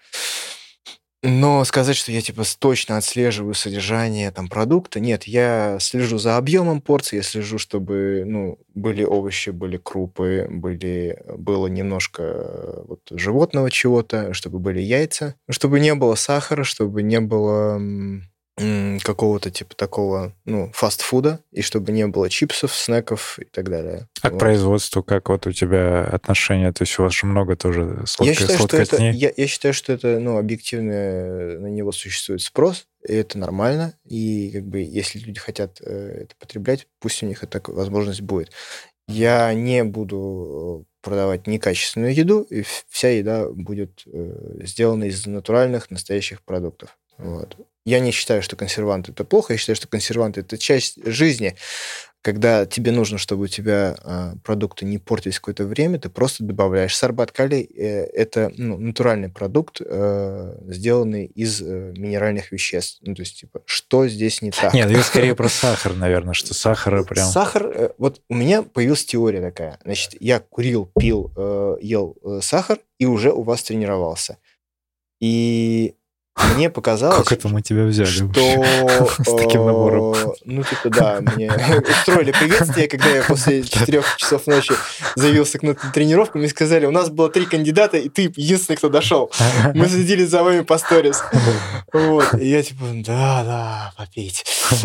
Но сказать, что я, типа, точно отслеживаю содержание там продукта, нет, я слежу за объемом порции, я слежу, чтобы, ну, были овощи, были крупы, были, было немножко вот животного чего-то, чтобы были яйца, чтобы не было сахара, чтобы не было какого-то типа такого, ну, фастфуда, и чтобы не было чипсов, снеков и так далее.
А вот. К производству как вот у тебя отношения? То есть у вас же много тоже сладко,
я считаю,
сладкотни?
Что это, я, я считаю, что это, ну, объективно на него существует спрос, и это нормально, и как бы если люди хотят э, это потреблять, пусть у них эта возможность будет. Я не буду продавать некачественную еду, и вся еда будет э, сделана из натуральных, настоящих продуктов. Вот. Я не считаю, что консерванты – это плохо. Я считаю, что консерванты – это часть жизни. Когда тебе нужно, чтобы у тебя э, продукты не портились какое-то время, ты просто добавляешь. Сорбат калий э, – это ну, натуральный продукт, э, сделанный из э, минеральных веществ. Ну, то есть, типа, что здесь не так?
Нет, я скорее про сахар, наверное, что сахара прям...
Сахар… Э, вот у меня появилась теория такая. Значит, я курил, пил, э, ел э, сахар и уже у вас тренировался. И... мне показалось...
Как это мы тебя взяли?
Что...
С таким набором.
Ну, типа, да, мне устроили приветствие, когда я после четырех часов ночи заявился на тренировку, мне сказали, у нас было три кандидата, и ты единственный, кто дошел. Мы следили за вами по сторис. Вот. И я типа, да, да, попить.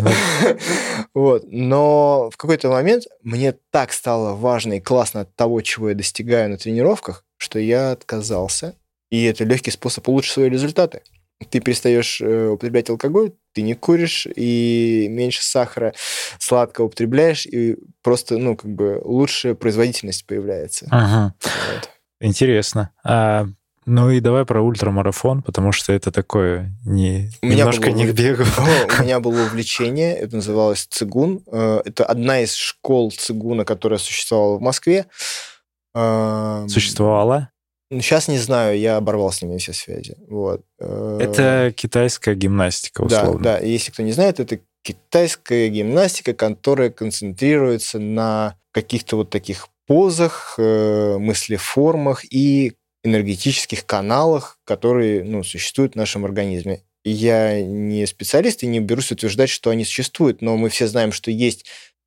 Вот. Но в какой-то момент мне так стало важно и классно от того, чего я достигаю на тренировках, что я отказался. И это легкий способ улучшить свои результаты. Ты перестаешь э, употреблять алкоголь, ты не куришь, и меньше сахара, сладкого употребляешь, и просто, ну, как бы лучшая производительность появляется.
Ага.
Вот.
Интересно. А, ну и давай про ультрамарафон, потому что это такое не, немножко не к бегу.
У меня было увлечение, это называлось цигун. Это одна из школ цигуна, которая существовала в Москве.
Существовала?
Сейчас не знаю, я оборвал с ними все связи. Вот.
Это китайская гимнастика, условно.
Да, да. Если кто не знает, это китайская гимнастика, которая концентрируется на каких-то вот таких позах, мыслеформах и энергетических каналах, которые, ну, существуют в нашем организме. Я не специалист и не берусь утверждать, что они существуют, но мы все знаем, что есть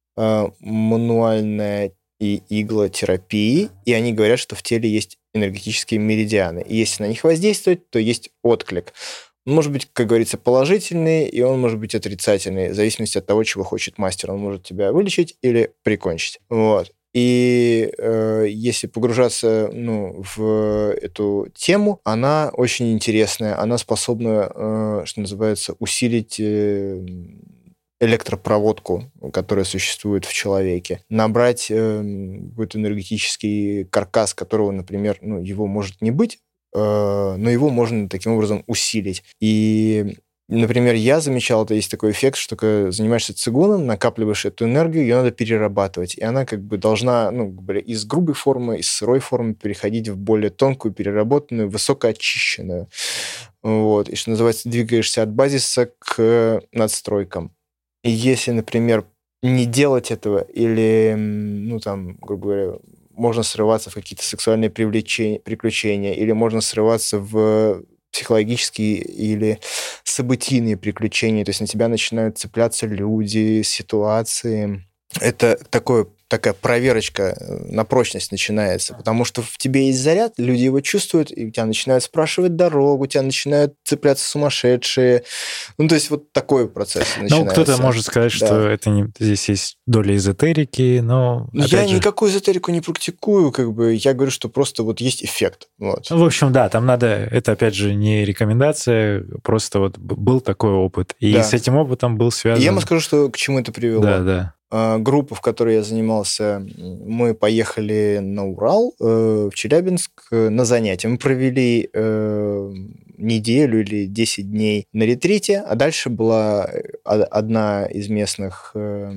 мануальная и иглотерапии, и они говорят, что в теле есть энергетические меридианы. И если на них воздействовать, то есть отклик. Он может быть, как говорится, положительный, и он может быть отрицательный, в зависимости от того, чего хочет мастер. Он может тебя вылечить или прикончить. Вот. И э, если погружаться, ну, в эту тему, она очень интересная. Она способна, э, что называется, усилить... Э, электропроводку, которая существует в человеке, набрать э, какой-то энергетический каркас, которого, например, ну, его может не быть, э, но его можно таким образом усилить. И, например, я замечал, это есть такой эффект, что когда занимаешься цигуном, накапливаешь эту энергию, ее надо перерабатывать. И она как бы должна, ну, из грубой формы, из сырой формы переходить в более тонкую, переработанную, высокоочищенную. Вот. И, что называется, двигаешься от базиса к надстройкам. И если, например, не делать этого, или, ну, там, грубо говоря, можно срываться в какие-то сексуальные приключения, или можно срываться в психологические или событийные приключения, то есть на тебя начинают цепляться люди, ситуации. Это такое, такая проверочка на прочность начинается, потому что в тебе есть заряд, люди его чувствуют, и у тебя начинают спрашивать дорогу, у тебя начинают цепляться сумасшедшие. Ну, то есть вот такой процесс начинается.
Ну, кто-то может сказать, да. что это не, здесь есть доля эзотерики, но...
Я
же...
никакую эзотерику не практикую, как бы, я говорю, что просто вот есть эффект. Вот.
В общем, да, там надо... Это, опять же, не рекомендация, просто вот был такой опыт. И да. с этим опытом был связан...
И я вам скажу, что к чему это привело.
Да, да.
Группа, в которой я занимался, мы поехали на Урал, в Челябинск на занятия. Мы провели неделю или десять дней на ретрите, а дальше была одна из местных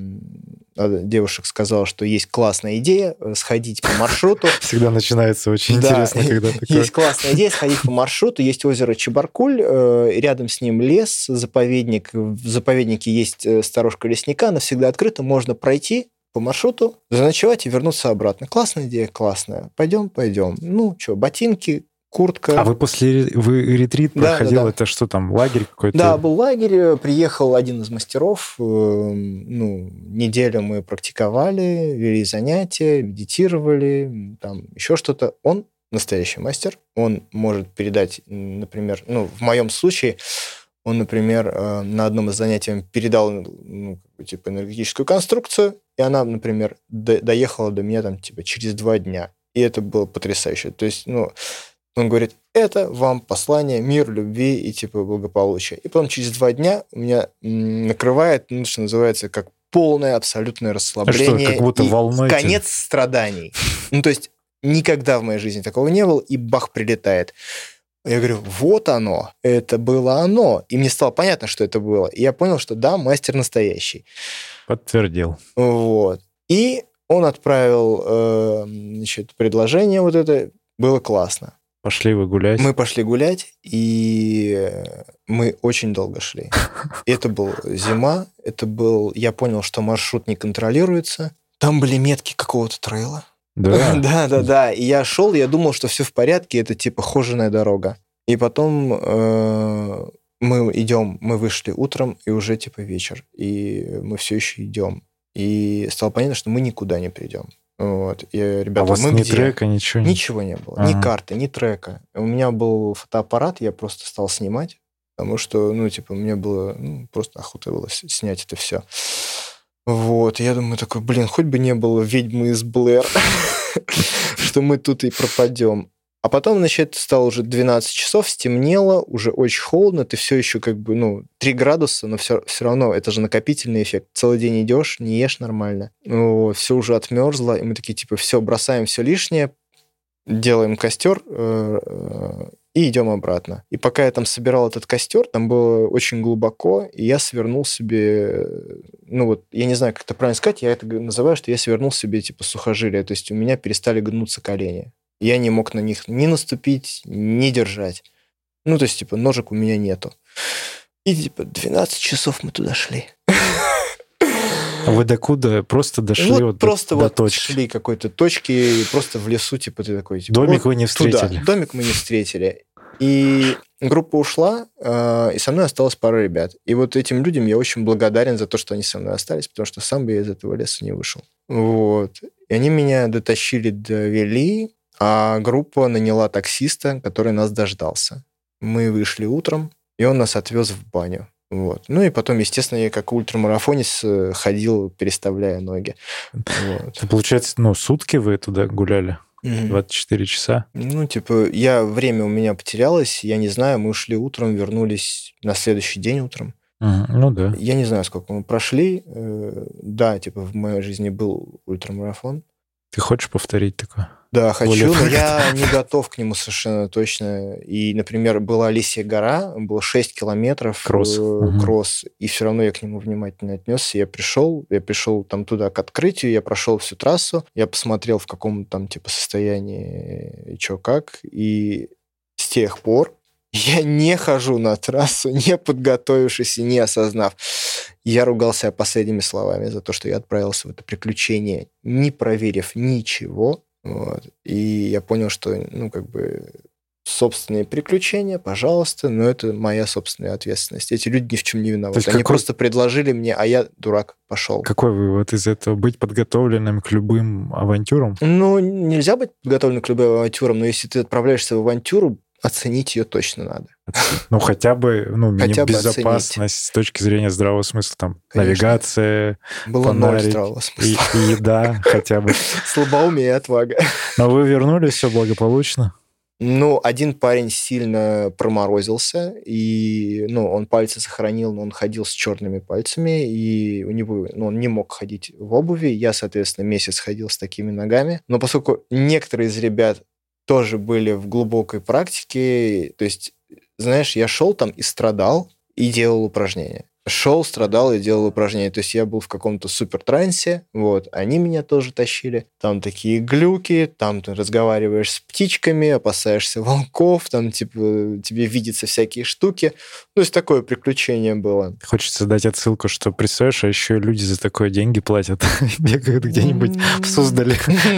девушек сказала, что есть классная идея сходить по маршруту.
Всегда начинается очень да, интересно, когда такое.
Есть классная идея сходить по маршруту, есть озеро Чебаркуль, рядом с ним лес, заповедник. В заповеднике есть сторожка лесника, она всегда открыта, можно пройти по маршруту, заночевать и вернуться обратно. Классная идея, классная. Пойдем, пойдем. Ну, что, ботинки, куртка.
А вы после вы ретрит
да,
проходил,
да, да.
это что там, лагерь какой-то?
Да, был лагерь, приехал один из мастеров, ну, неделю мы практиковали, вели занятия, медитировали, там еще что-то. Он настоящий мастер, он может передать, например, ну, в моем случае, он, например, на одном из занятий передал, ну, типа, энергетическую конструкцию, и она, например, до, доехала до меня там, типа, через два дня. И это было потрясающе. То есть, ну, он говорит, это вам послание, мир, любви и типа благополучия. И потом через два дня у меня накрывает, ну, что называется, как полное абсолютное расслабление.
А что, как будто
и
волной
конец страданий. Ну, то есть никогда в моей жизни такого не было, и бах, прилетает. Я говорю, вот оно, это было оно. И мне стало понятно, что это было. И я понял, что да, мастер настоящий.
Подтвердил.
Вот. И он отправил э, значит, предложение вот это. Было классно.
Пошли вы гулять.
Мы пошли гулять, и мы очень долго шли. Это была зима, это был... Я понял, что маршрут не контролируется. Там были метки какого-то трейла.
Да?
Да, да, да. И я шел, я думал, что все в порядке, это типа хоженая дорога. И потом э, мы идем, мы вышли утром, и уже типа вечер, и мы все еще идем. И стало понятно, что мы никуда не придем. Вот. И, ребята,
а у вас
мы
ни
где?
трека, ничего?
Ничего не было.
Ага.
Ни карты, ни трека. У меня был фотоаппарат, я просто стал снимать, потому что, ну, типа, мне было, ну, просто охота было снять это все. Вот. И я думаю, такой, блин, хоть бы не было ведьмы из Блэр, что мы тут и пропадем. А потом, значит, стало уже двенадцать часов, стемнело, уже очень холодно, ты все еще как бы, ну, три градуса, но все, все равно это же накопительный эффект. Целый день идешь, не ешь нормально. Вот, все уже отмерзло, и мы такие, типа, все, бросаем все лишнее, делаем костер и идем обратно. И пока я там собирал этот костер, там было очень глубоко, и я свернул себе, ну вот, я не знаю, как это правильно сказать, я это называю, что я свернул себе, типа, сухожилия, то есть у меня перестали гнуться колени. Я не мог на них ни наступить, ни держать. Ну, то есть, типа, ножек у меня нету. И, типа, двенадцать часов мы туда шли.
А вы докуда? Просто дошли
вот,
вот
просто
до,
вот
до точки?
Шли какой-то точки, просто в лесу, типа, ты такой... Типа,
Домик
вот
вы не встретили?
Туда. Домик мы не встретили. И группа ушла, и со мной осталось пара ребят. И вот этим людям я очень благодарен за то, что они со мной остались, потому что сам бы я из этого леса не вышел. Вот. И они меня дотащили, довели, а группа наняла таксиста, который нас дождался. Мы вышли утром, и он нас отвез в баню. Вот. Ну и потом, естественно, я как ультрамарафонец ходил, переставляя ноги. Вот.
Получается, ну, сутки вы туда гуляли? двадцать четыре часа?
Ну, типа, я время у меня потерялось, я не знаю, мы ушли утром, вернулись на следующий день утром.
Uh-huh. Ну да.
Я не знаю, сколько мы прошли. Да, типа, в моей жизни был ультрамарафон.
Ты хочешь повторить такое?
Да, хочу, но я не готов к нему совершенно точно. И, например, была Лисья гора, было шесть километров
кросс,
э, кросс угу. И все равно я к нему внимательно отнесся. Я пришел, я пришел там туда к открытию, я прошел всю трассу, я посмотрел, в каком там типа состоянии и что как. И с тех пор я не хожу на трассу, не подготовившись и не осознав. Я ругал себя последними словами за то, что я отправился в это приключение, не проверив ничего. Вот. И я понял, что, ну, как бы, собственные приключения, пожалуйста, но это моя собственная ответственность. Эти люди ни в чем не виноваты. Они какой... просто предложили мне, а я, дурак, пошел.
Какой вывод из этого? Быть подготовленным к любым авантюрам?
Ну, нельзя быть подготовленным к любым авантюрам, но если ты отправляешься в авантюру, оценить ее точно надо.
Ну, хотя бы, ну,
хотя
безопасность
бы
с точки зрения здравого смысла, там, конечно. Навигация,
было
фонарик,
ноль здравого смысла.
И, и еда хотя бы.
Слабоумие и отвага.
Но вы вернулись, все благополучно?
Ну, один парень сильно проморозился, и, ну, он пальцы сохранил, но он ходил с черными пальцами, и у него, ну, он не мог ходить в обуви. Я, соответственно, месяц ходил с такими ногами. Но поскольку некоторые из ребят тоже были в глубокой практике, то есть, знаешь, я шел там и страдал, и делал упражнения. Шел, страдал и делал упражнения. То есть я был в каком-то супер трансе, вот, они меня тоже тащили. Там такие глюки, там ты разговариваешь с птичками, опасаешься волков, там, типа, тебе видятся всякие штуки. То есть такое приключение было.
Хочется дать отсылку, что, представляешь, а еще люди за такое деньги платят, бегают где-нибудь в Суздале.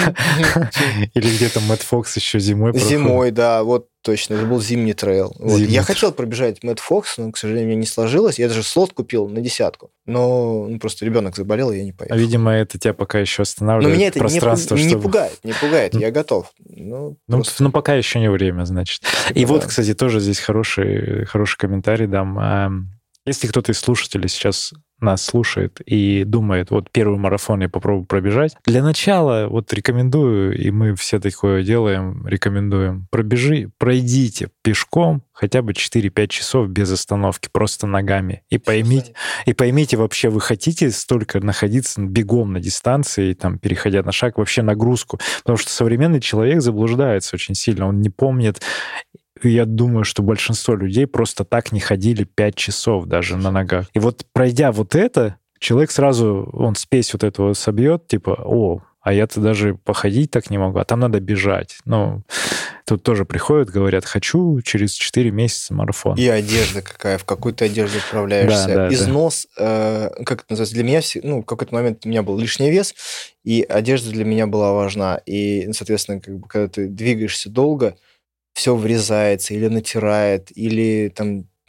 Или где-то Мэтт Фокс еще зимой проходит.
Зимой, да, вот точно, это был зимний трейл. Вот.
Зимний.
Я хотел пробежать Мэтт Фокс, но, к сожалению, не сложилось. Я даже слот купил на десятку. Но ну, просто ребенок заболел, и я не поехал.
А, видимо, это тебя пока еще останавливает.
Но меня это
пространство,
не,
чтобы...
не пугает, не пугает, я готов.
Ну,
ну, просто...
ну, пока еще не время, значит. И
да.
вот, кстати, тоже здесь хороший, хороший комментарий дам. Если кто-то из слушателей сейчас нас слушает и думает, вот первый марафон я попробую пробежать, для начала вот рекомендую, и мы все такое делаем, рекомендуем, пробежи, пройдите пешком хотя бы четыре-пять часов без остановки, просто ногами. И поймите, и поймите, вообще вы хотите столько находиться бегом на дистанции, там, переходя на шаг, вообще нагрузку. Потому что современный человек заблуждается очень сильно, он не помнит. Я думаю, что большинство людей просто так не ходили пять часов даже на ногах. И вот пройдя вот это, человек сразу, он спесь вот этого собьет, типа, о, а я-то даже походить так не могу, а там надо бежать. Ну, тут тоже приходят, говорят, хочу через четыре месяца марафон.
И одежда какая, в какую ты одежду отправляешься.
Да, да,
Износ, да. Э, как это называется, для меня, ну, в какой-то момент у меня был лишний вес, и одежда для меня была важна. И, соответственно, как бы, когда ты двигаешься долго, все врезается или натирает, или там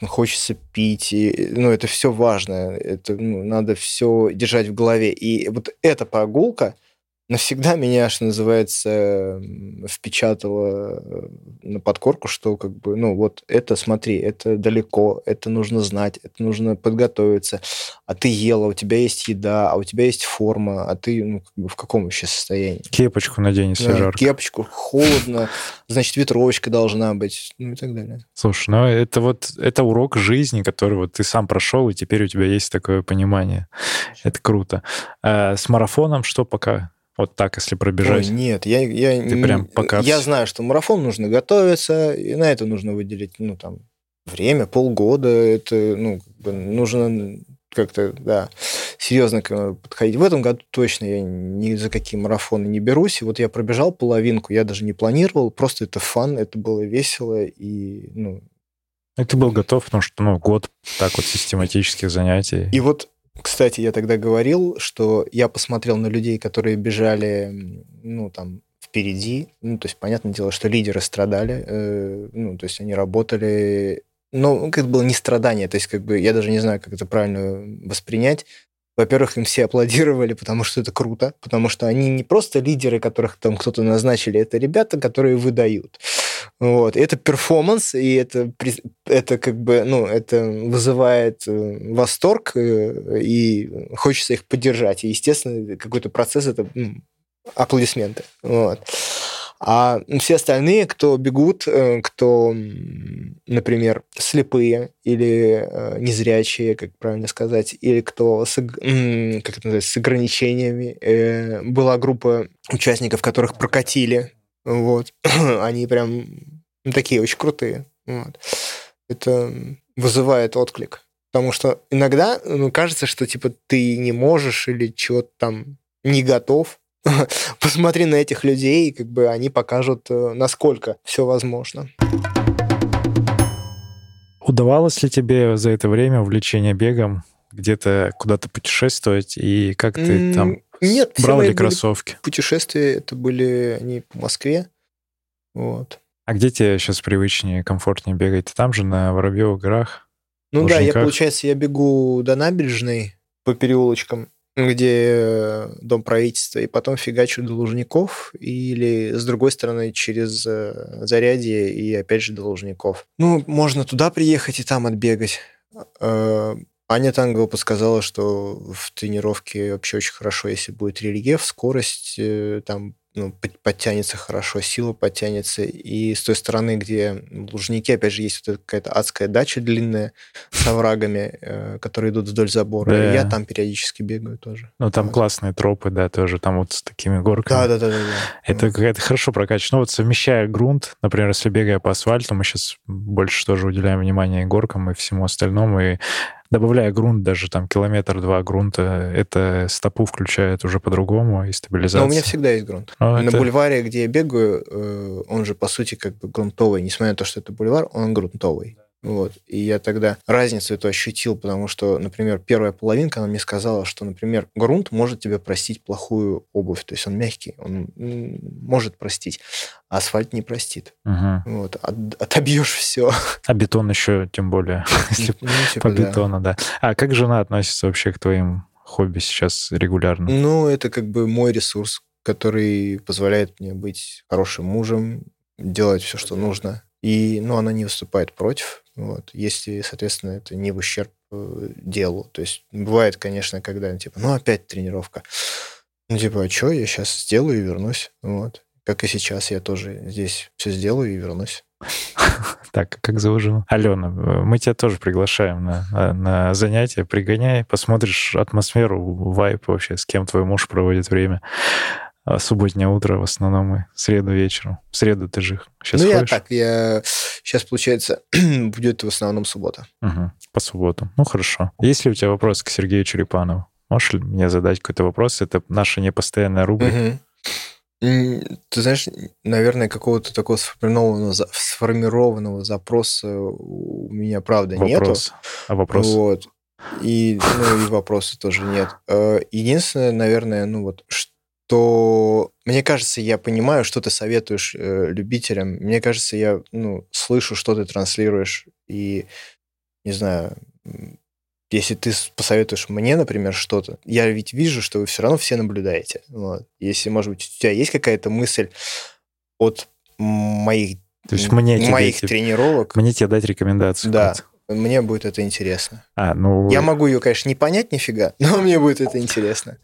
хочется пить, и, ну, это все важно, это, ну, надо все держать в голове. И вот эта прогулка навсегда меня, что называется, впечатала на подкорку, что как бы, ну, вот это, смотри, это далеко, это нужно знать, это нужно подготовиться. А ты ела, у тебя есть еда, а у тебя есть форма, а ты, ну, как бы в каком вообще состоянии?
Кепочку надень, если
Да,
жарко.
кепочку, холодно, значит, ветровочка должна быть, ну и так далее.
Слушай, ну это вот это урок жизни, который вот ты сам прошел, и теперь у тебя есть такое понимание. Это круто. А с марафоном что пока? Вот так, если пробежать.
Ой, нет, я, я,
Ты прям пока...
я знаю, что марафон нужно готовиться, и на это нужно выделить, ну, там, время, полгода, это, ну, как бы нужно как-то, да, серьезно подходить. В этом году точно я ни за какие марафоны не берусь. И вот я пробежал половинку, я даже не планировал, просто это фан, это было весело, и, ну...
И ты был готов, потому что, ну, год так вот систематических занятий.
И вот, кстати, я тогда говорил, что я посмотрел на людей, которые бежали, ну, там, впереди. Ну, то есть, понятное дело, что лидеры страдали. Э, ну, то есть, они работали... Ну, как было не страдание, то есть, как бы, я даже не знаю, как это правильно воспринять. Во-первых, им все аплодировали, потому что это круто, потому что они не просто лидеры, которых там кто-то назначили, это ребята, которые выдают. Вот. И это перформанс, и это, это как бы, ну, это вызывает восторг, и хочется их поддержать. И, естественно, какой-то процесс, это ну, аплодисменты. Вот. А все остальные, кто бегут, кто, например, слепые или незрячие, как правильно сказать, или кто с, как это называется, с ограничениями, была группа участников, которых прокатили. Вот. Они прям такие очень крутые. Вот. Это вызывает отклик. Потому что иногда ну, кажется, что типа ты не можешь или чего-то там не готов. Посмотри на этих людей, как бы они покажут, насколько все возможно.
Удавалось ли тебе за это время увлечение бегом где-то куда-то путешествовать, и как ты там
Нет,
брал ли кроссовки?
Путешествия, это были они по Москве. Вот.
А где тебе сейчас привычнее, комфортнее бегать? Ты там же, на Воробьевых горах?
Ну Лужниках? Да, я, получается, я бегу до набережной по переулочкам, где дом правительства, и потом фигачу до Лужников, или, с другой стороны, через Зарядье и, опять же, до Лужников. Ну, можно туда приехать и там отбегать. Аня Тангова подсказала, что в тренировке вообще очень хорошо, если будет рельеф, скорость, там, ну, подтянется хорошо, сила подтянется. И с той стороны, где Лужники, опять же, есть вот какая-то адская дача длинная с оврагами, которые идут вдоль забора. Да. И я там периодически бегаю тоже.
Ну, там вот. Классные тропы, да, тоже, там вот с такими горками.
Да-да-да.
Это, это хорошо прокачано. Ну, вот совмещая грунт, например, если бегая по асфальту, мы сейчас больше тоже уделяем внимание и горкам, и всему остальному, и добавляя грунт, даже там километр-два грунта, это стопу включает уже по-другому и стабилизацию.
Но у меня всегда есть грунт. Но на это... бульваре, где я бегаю, он же, по сути, как бы грунтовый. Несмотря на то, что это бульвар, он грунтовый. Вот. И я тогда разницу эту ощутил, потому что, например, первая половинка, она мне сказала, что, например, грунт может тебе простить плохую обувь. То есть он мягкий, он может простить, а асфальт не простит.
Угу.
Вот. От, отобьешь все.
А бетон еще тем более, если ну, типа, по бетону, да. да. А как жена относится вообще к твоим хобби сейчас регулярно?
Ну, это как бы мой ресурс, который позволяет мне быть хорошим мужем, делать все, что нужно. И, ну, она не выступает против, вот, если, соответственно, это не в ущерб э, делу. То есть бывает, конечно, когда, типа, ну, опять тренировка. Ну, типа, а что, я сейчас сделаю и вернусь. Вот. Как и сейчас, я тоже здесь все сделаю и вернусь.
Так, как зовут жену? Алена, мы тебя тоже приглашаем на, на занятия. Пригоняй, посмотришь атмосферу, вайб вообще, с кем твой муж проводит время. Субботнее утро в основном и среду вечером. В среду ты же сейчас
ну,
ходишь?
Ну, я так, я... Сейчас, получается, будет в основном суббота.
Угу, по субботам. Ну, хорошо. Есть ли у тебя вопрос к Сергею Черепанову? Можешь ли мне задать какой-то вопрос? Это наша непостоянная рубрика.
Угу. Ты знаешь, наверное, какого-то такого сформированного, сформированного запроса у меня, правда,
вопрос.
нету.
А вопрос?
Вот. И, ну, и вопроса тоже нет. Единственное, наверное, ну вот, что мне кажется, я понимаю, что ты советуешь э, любителям. Мне кажется, я ну, слышу, что ты транслируешь. И не знаю, если ты посоветуешь мне, например, что-то, я ведь вижу, что вы все равно все наблюдаете. Вот. Если, может быть, у тебя есть какая-то мысль от моих,
То есть мне
моих
тебе,
тренировок...
Мне тебе дать рекомендацию.
Да, мне будет это интересно.
А, ну...
Я могу ее, конечно, не понять нифига, но мне будет это интересно.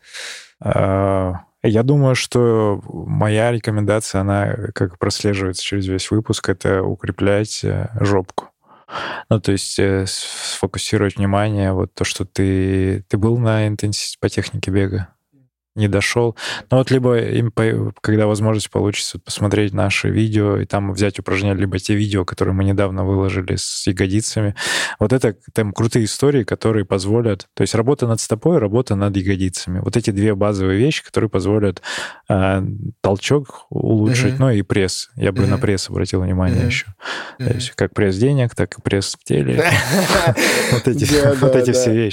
Я думаю, что моя рекомендация, она как прослеживается через весь выпуск, это укреплять жопку. Ну, то есть сфокусировать внимание, вот то, что ты, ты был на интенсиве по технике бега, не дошел. Ну вот либо, им, когда возможность получится, посмотреть наши видео и там взять упражнения, либо те видео, которые мы недавно выложили с ягодицами. Вот это там крутые истории, которые позволят... То есть работа над стопой, работа над ягодицами. Вот эти две базовые вещи, которые позволят э, толчок улучшить, uh-huh. ну и пресс. Я бы uh-huh. на пресс обратил внимание uh-huh. еще. Uh-huh. То есть как пресс денег, так и пресс в теле. Вот эти все вещи.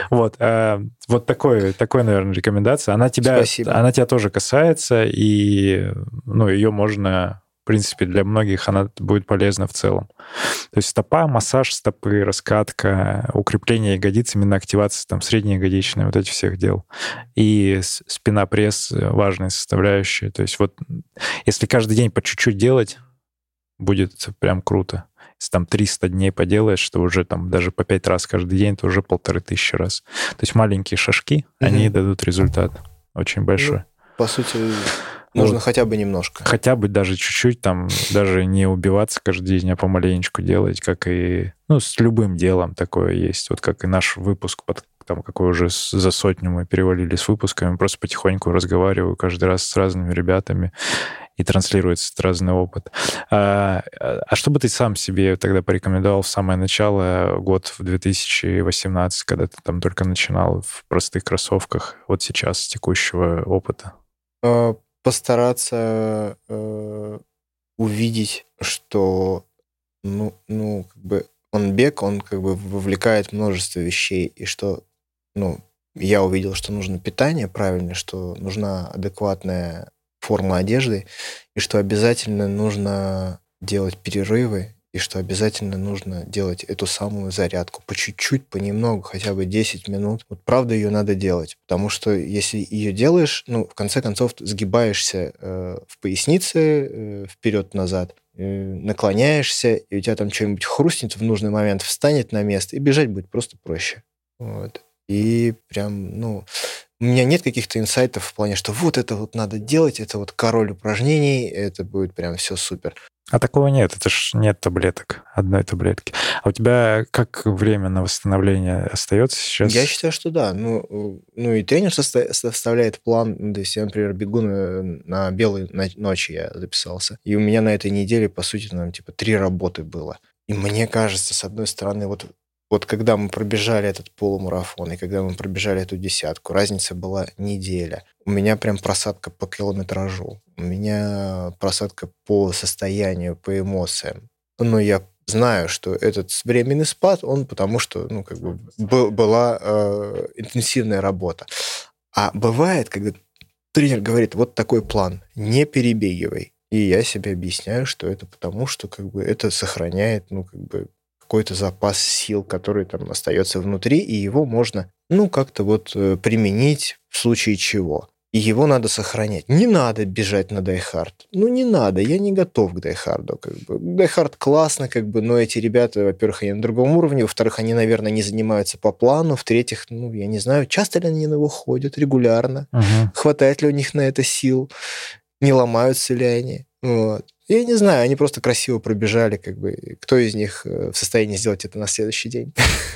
Вот такой, наверное, рекомендация. Она тебя,
Спасибо.
Она тебя тоже касается, и ну, ее можно, в принципе, для многих она будет полезна в целом. То есть стопа, массаж стопы, раскатка, укрепление ягодиц, именно активация там среднеягодичной, вот этих всех дел. И спина-пресс — важная составляющая. То есть вот если каждый день по чуть-чуть делать, будет прям круто. Если там триста дней поделаешь, что уже там даже по пять раз каждый день, то уже полторы тысячи раз. То есть маленькие шажки, угу. они дадут результат очень большой. Ну,
по сути, нужно вот. Хотя бы немножко.
Хотя бы даже чуть-чуть, там, даже не убиваться каждый день, а помаленечку делать, как и... Ну, с любым делом такое есть. Вот как и наш выпуск, под, там, какой уже за сотню мы перевалили с выпусками, просто потихоньку разговариваю каждый раз с разными ребятами, и транслируется разный опыт. А, а что бы ты сам себе тогда порекомендовал в самое начало, год в две тысячи восемнадцатый, когда ты там только начинал в простых кроссовках, вот сейчас, с текущего опыта?
Постараться э, увидеть, что ну, ну, как бы он бег, он как бы вовлекает множество вещей, и что ну, я увидел, что нужно питание правильное, что нужна адекватная форма одежды, и что обязательно нужно делать перерывы, и что обязательно нужно делать эту самую зарядку по чуть-чуть, понемногу, хотя бы десять минут. Вот правда ее надо делать, потому что если ее делаешь, ну, в конце концов, сгибаешься э, в пояснице э, вперед-назад, э, наклоняешься, и у тебя там что-нибудь хрустнет в нужный момент, встанет на место, и бежать будет просто проще. Вот. И прям, ну... У меня нет каких-то инсайтов в плане, что вот это вот надо делать, это вот король упражнений, это будет прям все супер.
А такого нет, это ж нет таблеток, одной таблетки. А у тебя как время на восстановление остается сейчас?
Я считаю, что да. Ну, ну и тренер состо- составляет план. То есть я, например, бегу на, на белой ночи, я записался. И у меня на этой неделе, по сути, там, типа, три работы было. И мне кажется, с одной стороны, вот Вот когда мы пробежали этот полумарафон, и когда мы пробежали эту десятку, разница была неделя. У меня прям просадка по километражу. У меня просадка по состоянию, по эмоциям. Но я знаю, что этот временный спад, он потому что, ну, как бы был, была э, интенсивная работа. А бывает, когда тренер говорит, вот такой план, не перебегивай. И я себе объясняю, что это потому, что как бы это сохраняет, ну, как бы какой-то запас сил, который там остается внутри, и его можно, ну, как-то вот применить в случае чего. И его надо сохранять. Не надо бежать на дайхард. Ну, не надо, я не готов к дайхарду. Как бы. Дайхард классно, как бы, но эти ребята, во-первых, они на другом уровне, во-вторых, они, наверное, не занимаются по плану, в-третьих, ну, я не знаю, часто ли они на него ходят, регулярно, uh-huh. хватает ли у них на это сил, не ломаются ли они. Вот. Я не знаю, они просто красиво пробежали, как бы. Кто из них в состоянии сделать это на следующий день?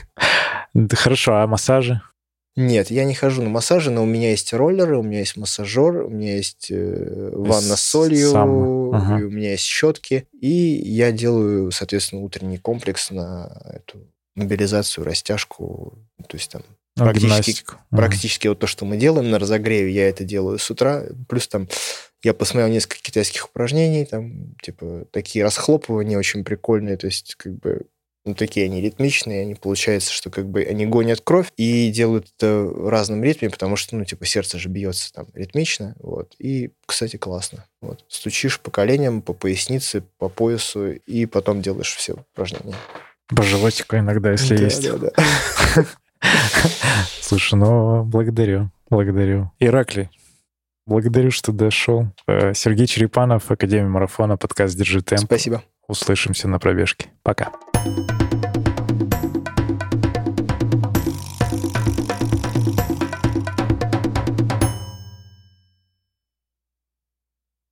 Хорошо, а массажи?
Нет, я не хожу на массажи, но у меня есть роллеры, у меня есть массажер, у меня есть э, ванна с солью, ага. и у меня есть щетки, и я делаю, соответственно, утренний комплекс на эту мобилизацию, растяжку, то есть там ну, практически, практически ага. вот то, что мы делаем на разогреве, я это делаю с утра, плюс там я посмотрел несколько китайских упражнений, там типа такие расхлопывания очень прикольные, то есть как бы ну, такие они ритмичные, они, получается, что как бы они гонят кровь и делают это в разном ритме, потому что, ну, типа, сердце же бьется там ритмично, вот. И, кстати, классно. Вот. Стучишь по коленям, по пояснице, по поясу, и потом делаешь все упражнения.
По животику иногда, если
да,
есть.
Да, да.
Слушай, ну, благодарю, благодарю. Ираклий, благодарю, что дошел. Сергей Черепанов, Академия марафона, подкаст «Держи темп».
Спасибо.
Услышимся на пробежке. Пока.